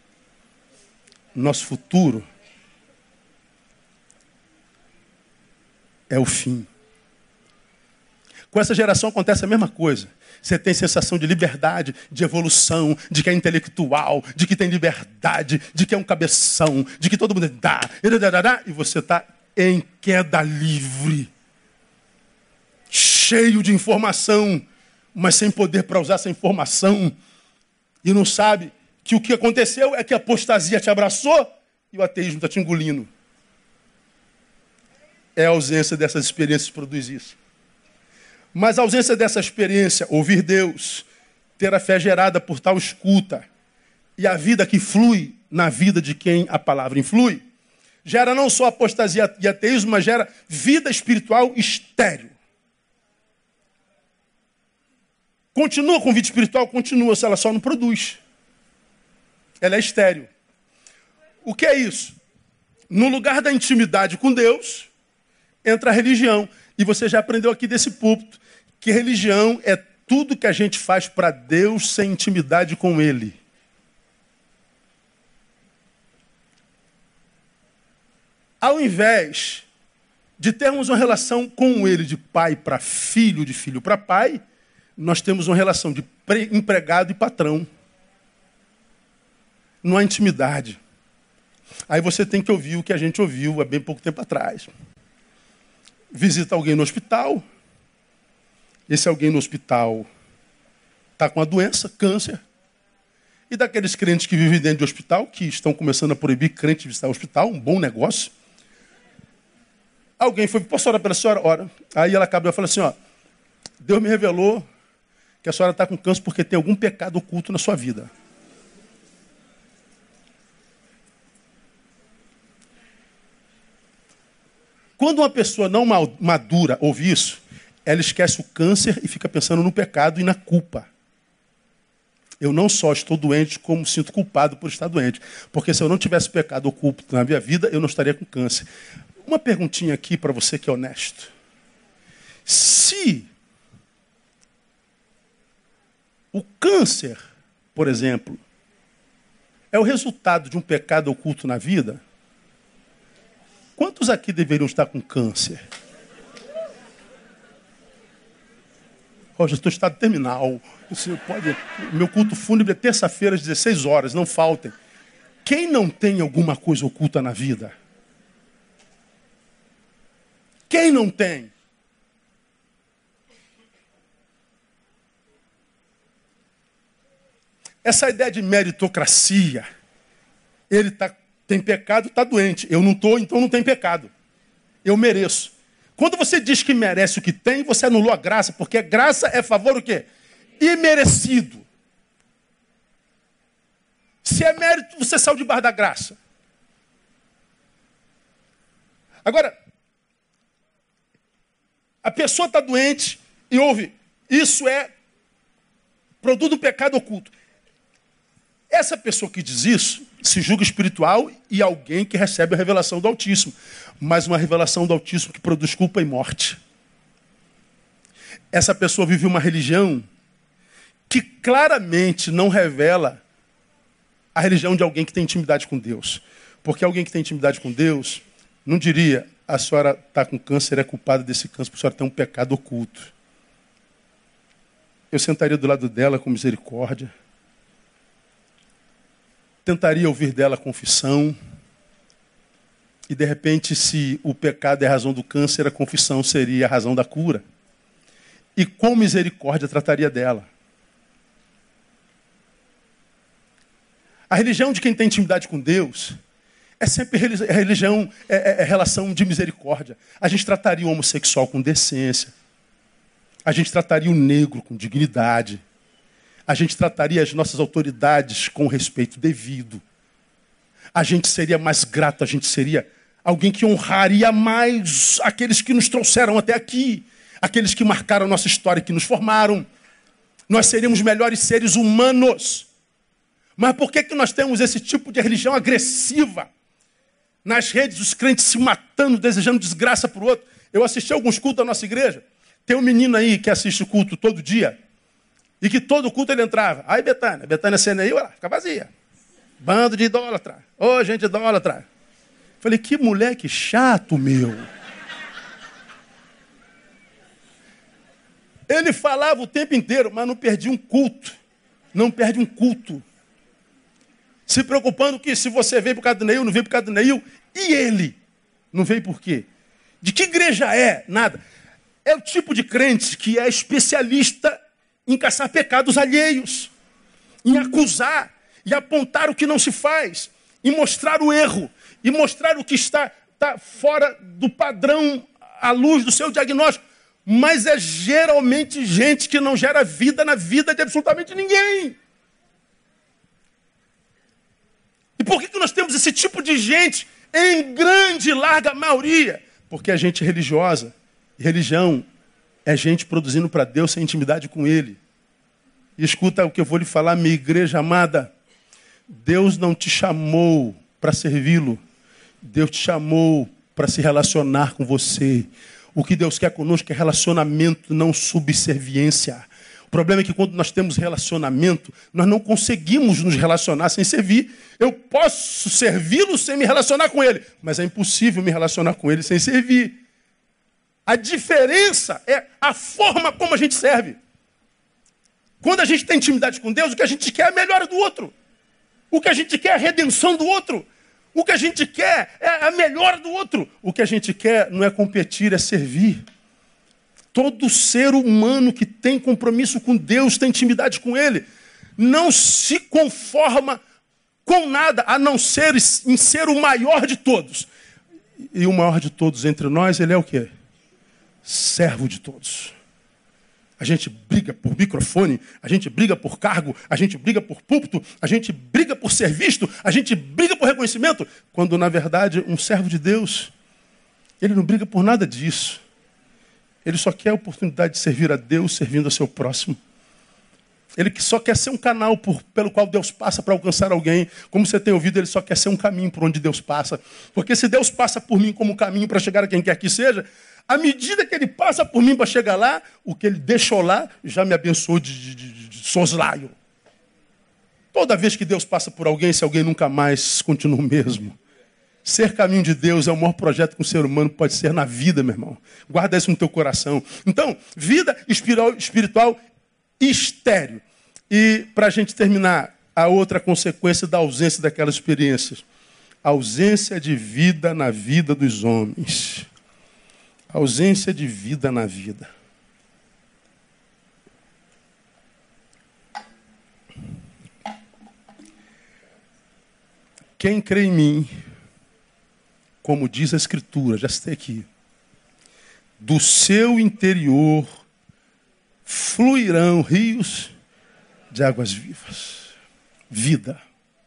S1: Nosso futuro é o fim. Com essa geração acontece a mesma coisa. Você tem sensação de liberdade, de evolução, de que é intelectual, de que tem liberdade, de que é um cabeção, de que todo mundo dá, e você está em queda livre. Cheio de informação, mas sem poder para usar essa informação. E não sabe que o que aconteceu é que a apostasia te abraçou e o ateísmo está te engolindo. É a ausência dessas experiências que produz isso. Mas a ausência dessa experiência, ouvir Deus, ter a fé gerada por tal escuta, e a vida que flui na vida de quem a palavra influi, gera não só apostasia e ateísmo, mas gera vida espiritual estéril. Continua com vida espiritual? Continua, se ela só não produz. Ela é estéril. O que é isso? No lugar da intimidade com Deus, entra a religião. E você já aprendeu aqui desse púlpito que religião é tudo que a gente faz para Deus sem intimidade com Ele. Ao invés de termos uma relação com Ele de pai para filho, de filho para pai, nós temos uma relação de empregado e patrão. Não há intimidade. Aí você tem que ouvir o que a gente ouviu há bem pouco tempo atrás. Visita alguém no hospital. Esse alguém no hospital está com a doença, câncer. E daqueles crentes que vivem dentro de hospital, que estão começando a proibir crente de visitar o hospital, um bom negócio. Alguém foi, posso orar pela senhora? Ora. Aí ela acabou e falou assim, ó, Deus me revelou que a senhora está com câncer porque tem algum pecado oculto na sua vida. Quando uma pessoa não madura ouve isso, ela esquece o câncer e fica pensando no pecado e na culpa. Eu não só estou doente, como sinto culpado por estar doente. Porque se eu não tivesse pecado oculto na minha vida, eu não estaria com câncer. Uma perguntinha aqui para você que é honesto. Se o câncer, por exemplo, é o resultado de um pecado oculto na vida, quantos aqui deveriam estar com câncer? Já estou em estado terminal. Você pode... Meu culto fúnebre é terça-feira às 16 horas, não faltem. Quem não tem alguma coisa oculta na vida? Quem não tem? Essa ideia de meritocracia, ele tem pecado, está doente. Eu não estou, então não tem pecado. Eu mereço. Quando você diz que merece o que tem, você anulou a graça, porque graça é favor o quê? Imerecido. Se é mérito, você saiu debaixo da graça. Agora, a pessoa está doente e ouve, isso é produto do pecado oculto. Essa pessoa que diz isso se julga espiritual e alguém que recebe a revelação do Altíssimo. Mas uma revelação do Altíssimo que produz culpa e morte. Essa pessoa vive uma religião que claramente não revela a religião de alguém que tem intimidade com Deus. Porque alguém que tem intimidade com Deus não diria, a senhora está com câncer, é culpada desse câncer, porque a senhora tem um pecado oculto. Eu sentaria do lado dela com misericórdia. Tentaria ouvir dela a confissão. E, de repente, se o pecado é a razão do câncer, a confissão seria a razão da cura. E com misericórdia trataria dela. A religião de quem tem intimidade com Deus é sempre religião, é relação de misericórdia. A gente trataria o homossexual com decência. A gente trataria o negro com dignidade. A gente trataria as nossas autoridades com respeito devido. A gente seria mais grato, a gente seria alguém que honraria mais aqueles que nos trouxeram até aqui, aqueles que marcaram a nossa história, que nos formaram. Nós seríamos melhores seres humanos. Mas por que nós temos esse tipo de religião agressiva? Nas redes, os crentes se matando, desejando desgraça para o outro. Eu assisti a alguns cultos da nossa igreja. Tem um menino aí que assiste o culto todo dia. E que todo culto ele entrava. Aí Betânia sendo aí, olha lá, fica vazia. Bando de idólatra. Ô, gente idólatra. Falei, que moleque chato, meu. Ele falava o tempo inteiro, mas não perdia um culto. Não perde um culto. Se preocupando que se você veio por causa do Neil, não veio por causa do Neil. E ele? Não veio por quê? De que igreja é? Nada. É o tipo de crente que é especialista em caçar pecados alheios, em acusar, e apontar o que não se faz, e mostrar o erro, e mostrar o que está fora do padrão à luz do seu diagnóstico. Mas é geralmente gente que não gera vida na vida de absolutamente ninguém. E por que nós temos esse tipo de gente em grande e larga maioria? Porque é gente religiosa. E religião é gente produzindo para Deus sem intimidade com Ele. E escuta o que eu vou lhe falar, minha igreja amada. Deus não te chamou para servi-lo. Deus te chamou para se relacionar com você. O que Deus quer conosco é relacionamento, não subserviência. O problema é que quando nós temos relacionamento, nós não conseguimos nos relacionar sem servir. Eu posso servi-lo sem me relacionar com ele, mas é impossível me relacionar com ele sem servir. A diferença é a forma como a gente serve. Quando a gente tem intimidade com Deus, o que a gente quer é a melhora do outro. O que a gente quer é a redenção do outro. O que a gente quer é a melhora do outro. O que a gente quer não é competir, é servir. Todo ser humano que tem compromisso com Deus, tem intimidade com Ele, não se conforma com nada, a não ser em ser o maior de todos. E o maior de todos entre nós, ele é o quê? Servo de todos. A gente briga por microfone, a gente briga por cargo, a gente briga por púlpito, a gente briga por ser visto, a gente briga por reconhecimento, quando, na verdade, um servo de Deus, ele não briga por nada disso. Ele só quer a oportunidade de servir a Deus, servindo ao seu próximo. Ele só quer ser um canal pelo qual Deus passa para alcançar alguém. Como você tem ouvido, ele só quer ser um caminho por onde Deus passa. Porque se Deus passa por mim como um caminho para chegar a quem quer que seja, à medida que ele passa por mim para chegar lá, o que ele deixou lá já me abençoou de soslaio. Toda vez que Deus passa por alguém, esse alguém nunca mais continua o mesmo. Ser caminho de Deus é o maior projeto que um ser humano pode ser na vida, meu irmão. Guarda isso no teu coração. Então, vida espiritual estéril. E, para a gente terminar, a outra consequência da ausência daquelas experiências. Ausência de vida na vida dos homens. Ausência de vida na vida. Quem crê em mim, como diz a Escritura, já citei aqui, do seu interior fluirão rios de águas vivas. Vida.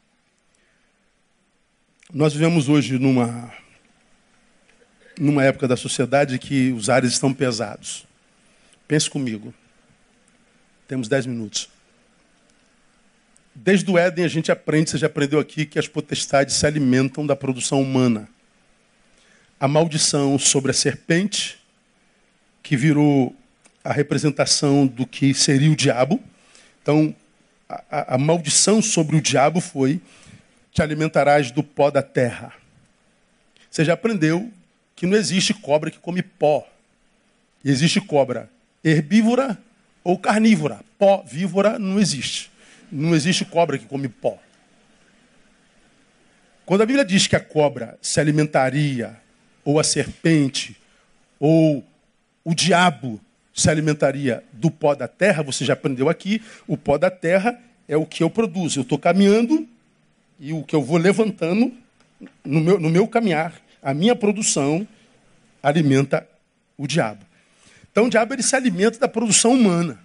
S1: Nós vivemos hoje numa época da sociedade que os ares estão pesados. Pense comigo. Temos 10 minutos. Desde o Éden a gente aprende, você já aprendeu aqui, que as potestades se alimentam da produção humana. A maldição sobre a serpente, que virou a representação do que seria o diabo. Então, a maldição sobre o diabo foi: te alimentarás do pó da terra. Você já aprendeu que não existe cobra que come pó. Existe cobra herbívora ou carnívora. Pó, víbora, não existe. Não existe cobra que come pó. Quando a Bíblia diz que a cobra se alimentaria, ou a serpente, ou o diabo se alimentaria do pó da terra, você já aprendeu aqui, o pó da terra é o que eu produzo. Eu estou caminhando e o que eu vou levantando no meu caminhar, a minha produção alimenta o diabo. Então o diabo ele se alimenta da produção humana.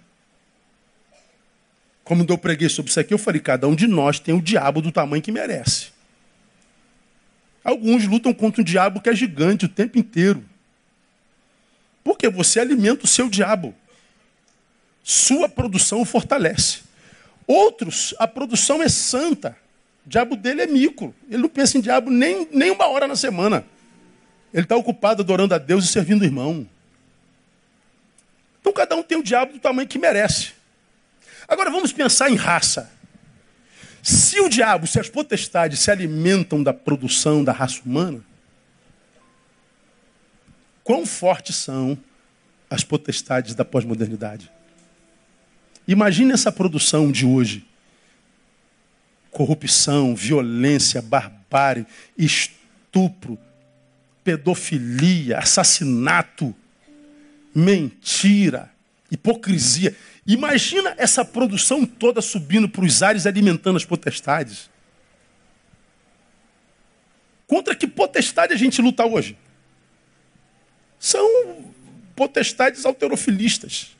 S1: Como eu preguei sobre isso aqui, eu falei, cada um de nós tem o diabo do tamanho que merece. Alguns lutam contra um diabo que é gigante o tempo inteiro. Porque você alimenta o seu diabo. Sua produção o fortalece. Outros, a produção é santa. O diabo dele é micro. Ele não pensa em diabo nem 1 hora na semana. Ele está ocupado adorando a Deus e servindo o irmão. Então cada um tem o diabo do tamanho que merece. Agora vamos pensar em raça. Se o diabo, se as potestades se alimentam da produção da raça humana, quão fortes são as potestades da pós-modernidade? Imagine essa produção de hoje. Corrupção, violência, barbárie, estupro, pedofilia, assassinato, mentira, hipocrisia. Imagina essa produção toda subindo para os ares, alimentando as potestades. Contra que potestade a gente luta hoje? São potestades halterofilistas.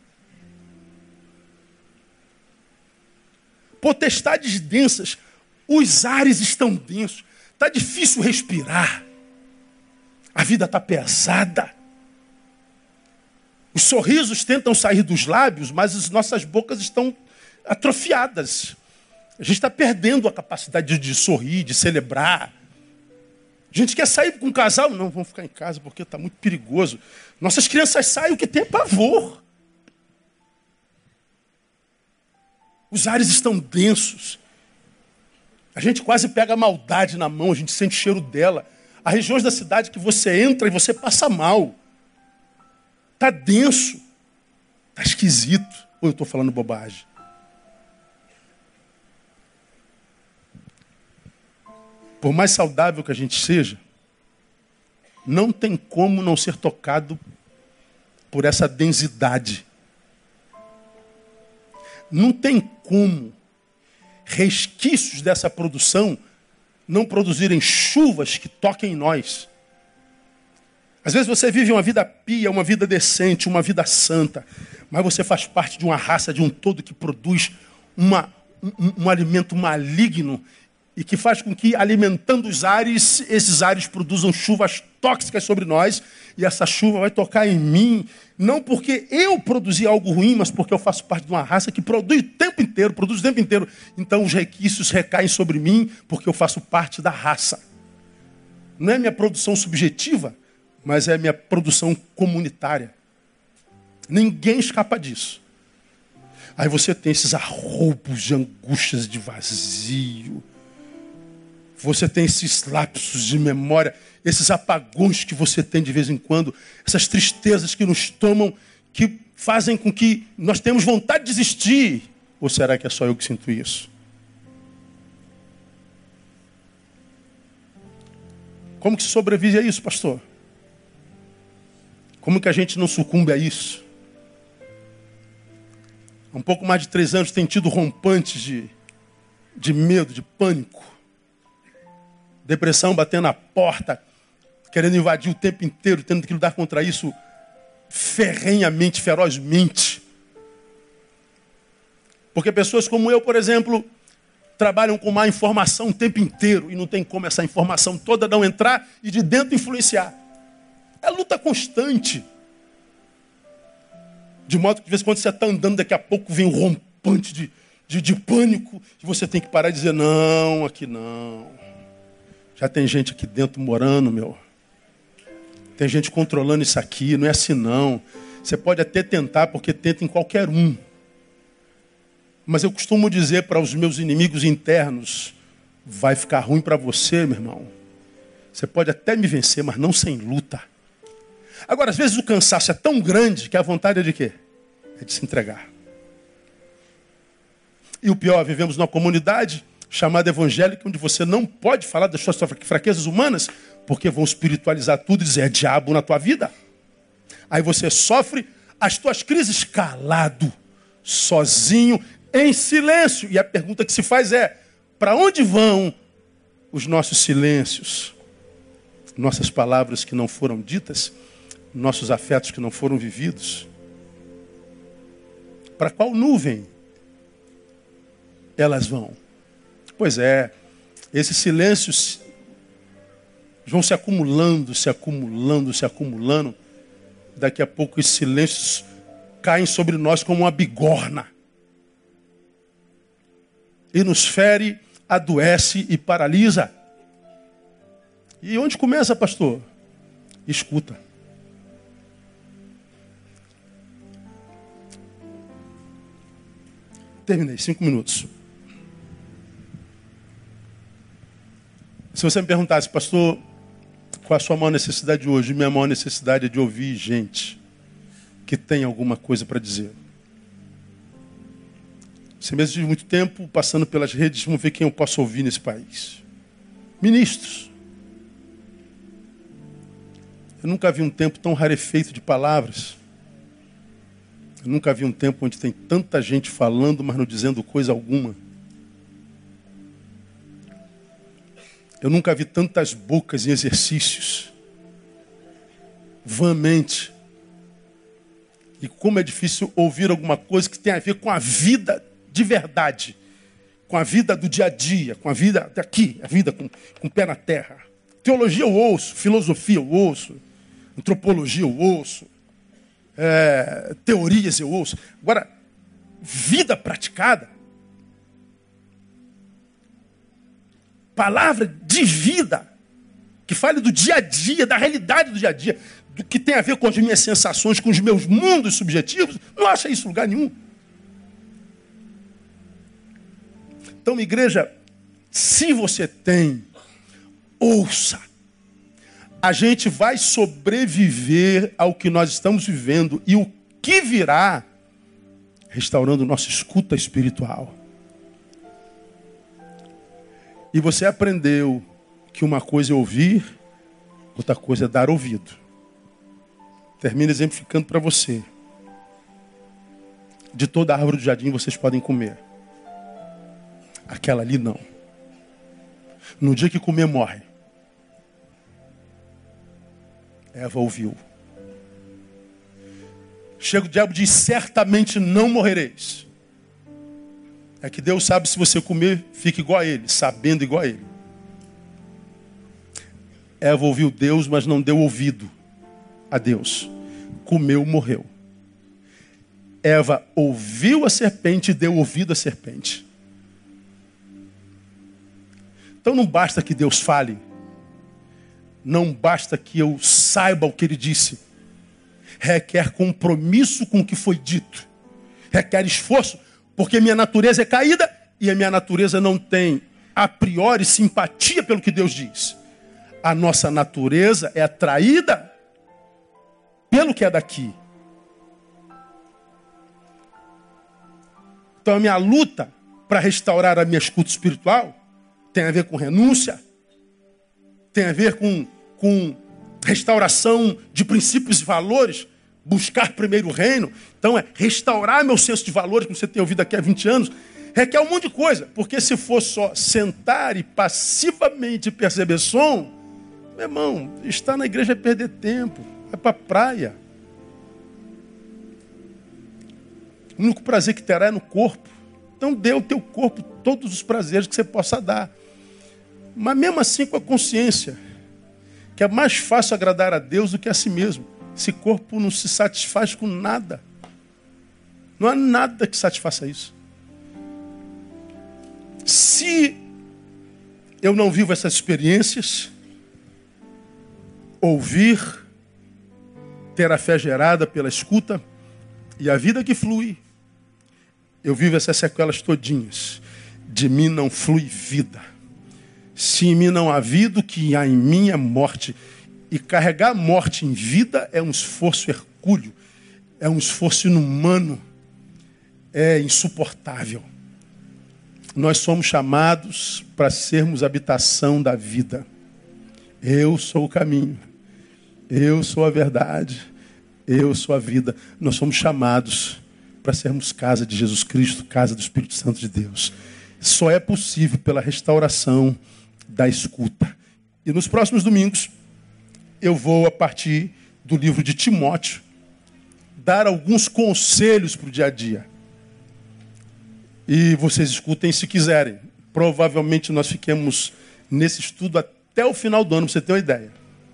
S1: Potestades densas. Os ares estão densos. Está difícil respirar. A vida está pesada. Os sorrisos tentam sair dos lábios, mas as nossas bocas estão atrofiadas. A gente está perdendo a capacidade de sorrir, de celebrar. A gente quer sair com um casal. Não, vamos ficar em casa porque está muito perigoso. Nossas crianças saem, o que tem é pavor. Os ares estão densos. A gente quase pega a maldade na mão, a gente sente o cheiro dela. Há regiões da cidade que você entra e você passa mal. Está denso. Está esquisito. Ou eu estou falando bobagem? Por mais saudável que a gente seja, não tem como não ser tocado por essa densidade. Não tem como resquícios dessa produção não produzirem chuvas que toquem em nós. Às vezes você vive uma vida pia, uma vida decente, uma vida santa, mas você faz parte de uma raça, de um todo que produz um alimento maligno e que faz com que, alimentando os ares, esses ares produzam chuvas tóxicas sobre nós e essa chuva vai tocar em mim, não porque eu produzi algo ruim, mas porque eu faço parte de uma raça que produz o tempo inteiro. Então os requisitos recaem sobre mim porque eu faço parte da raça. Não é minha produção subjetiva, mas é minha produção comunitária. Ninguém escapa disso. Aí você tem esses arroubos de angústias, de vazio. Você tem esses lapsos de memória, esses apagões que você tem de vez em quando, essas tristezas que nos tomam, que fazem com que nós tenhamos vontade de desistir. Ou será que é só eu que sinto isso? Como que se sobrevive a isso, pastor? Como que a gente não sucumbe a isso? Há um pouco mais de 3 anos tem tido rompantes de medo, de pânico. Depressão batendo na porta, querendo invadir o tempo inteiro, tendo que lutar contra isso ferrenhamente, ferozmente. Porque pessoas como eu, por exemplo, trabalham com má informação o tempo inteiro e não tem como essa informação toda não entrar e de dentro influenciar. É luta constante. De modo que de vez em quando você está andando, daqui a pouco vem um rompante de pânico e você tem que parar e dizer, não, aqui não. Já tem gente aqui dentro morando, meu. Tem gente controlando isso aqui, não é assim não. Você pode até tentar, porque tenta em qualquer um. Mas eu costumo dizer para os meus inimigos internos, vai ficar ruim para você, meu irmão. Você pode até me vencer, mas não sem luta. Agora, às vezes o cansaço é tão grande que a vontade é de quê? É de se entregar. E o pior, vivemos numa comunidade chamada evangélica, onde você não pode falar das suas fraquezas humanas, porque vão espiritualizar tudo e dizer, é diabo na tua vida. Aí você sofre as tuas crises calado, sozinho, em silêncio. E a pergunta que se faz é, para onde vão os nossos silêncios? Nossas palavras que não foram ditas? Nossos afetos que não foram vividos? Para qual nuvem elas vão? Pois é, esses silêncios vão se acumulando. Daqui a pouco esses silêncios caem sobre nós como uma bigorna. E nos fere, adoece e paralisa. E onde começa, pastor? Escuta. Terminei, 5 minutos. Se você me perguntasse, pastor, qual a sua maior necessidade hoje? Minha maior necessidade é de ouvir gente que tem alguma coisa para dizer. Você mesmo de muito tempo, passando pelas redes, vamos ver quem eu posso ouvir nesse país. Ministros. Eu nunca vi um tempo tão rarefeito de palavras. Eu nunca vi um tempo onde tem tanta gente falando, mas não dizendo coisa alguma. Eu nunca vi tantas bocas em exercícios. Vãmente. E como é difícil ouvir alguma coisa que tem a ver com a vida de verdade. Com a vida do dia a dia. Com a vida daqui. A vida com o pé na terra. Teologia eu ouço. Filosofia eu ouço. Antropologia eu ouço. Teorias eu ouço. Agora, vida praticada. Palavra de vida. Que fale do dia a dia, da realidade do dia a dia. Do que tem a ver com as minhas sensações, com os meus mundos subjetivos. Não acha isso em lugar nenhum. Então, igreja, se você tem, ouça. A gente vai sobreviver ao que nós estamos vivendo e o que virá restaurando nossa escuta espiritual. E você aprendeu que uma coisa é ouvir, outra coisa é dar ouvido. Termino exemplificando para você. De toda a árvore do jardim vocês podem comer. Aquela ali não. No dia que comer, morre. Eva ouviu. Chega o diabo e diz, certamente não morrereis. É que Deus sabe se você comer, fica igual a ele, sabendo igual a ele. Eva ouviu Deus, mas não deu ouvido a Deus. Comeu, morreu. Eva ouviu a serpente e deu ouvido à serpente. Então não basta que Deus fale. Não basta que eu saiba o que ele disse. Requer compromisso com o que foi dito. Requer esforço, porque minha natureza é caída e a minha natureza não tem, a priori, simpatia pelo que Deus diz. A nossa natureza é atraída pelo que é daqui. Então a minha luta para restaurar a minha escuta espiritual tem a ver com renúncia, tem a ver com restauração de princípios e valores, buscar primeiro o reino. Então é restaurar meu senso de valores, como você tem ouvido aqui há 20 anos, requer um monte de coisa. Porque se for só sentar e passivamente perceber som, meu irmão, estar na igreja é perder tempo, é para a praia. O único prazer que terá é no corpo. Então dê ao teu corpo todos os prazeres que você possa dar. Mas mesmo assim com a consciência, que é mais fácil agradar a Deus do que a si mesmo. Esse corpo não se satisfaz com nada. Não há nada que satisfaça isso. Se eu não vivo essas experiências, ouvir, ter a fé gerada pela escuta e a vida que flui, eu vivo essas sequelas todinhas. De mim não flui vida. Se em mim não há vida, o que há em mim é morte. E carregar a morte em vida é um esforço hercúleo, é um esforço inumano, é insuportável. Nós somos chamados para sermos habitação da vida. Eu sou o caminho, eu sou a verdade, eu sou a vida. Nós somos chamados para sermos casa de Jesus Cristo, casa do Espírito Santo de Deus. Só é possível pela restauração da escuta. E nos próximos domingos, eu vou, a partir do livro de Timóteo, dar alguns conselhos para o dia a dia. E vocês escutem se quiserem. Provavelmente nós fiquemos nesse estudo até o final do ano, para você ter uma ideia.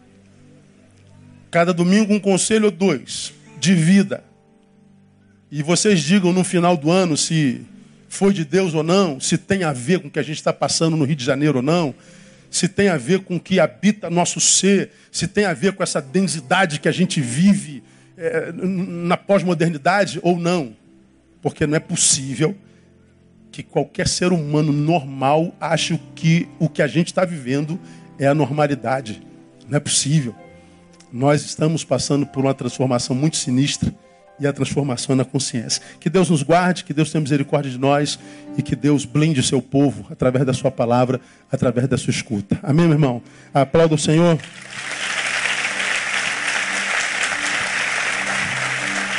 S1: Cada domingo um conselho ou dois de vida. E vocês digam no final do ano se foi de Deus ou não, se tem a ver com o que a gente está passando no Rio de Janeiro ou não, se tem a ver com o que habita nosso ser, se tem a ver com essa densidade que a gente vive na pós-modernidade ou não. Porque não é possível que qualquer ser humano normal ache que o que a gente está vivendo é a normalidade. Não é possível. Nós estamos passando por uma transformação muito sinistra e a transformação na consciência. Que Deus nos guarde, que Deus tenha misericórdia de nós e que Deus blinde o seu povo através da sua palavra, através da sua escuta. Amém, meu irmão? Aplauda o Senhor.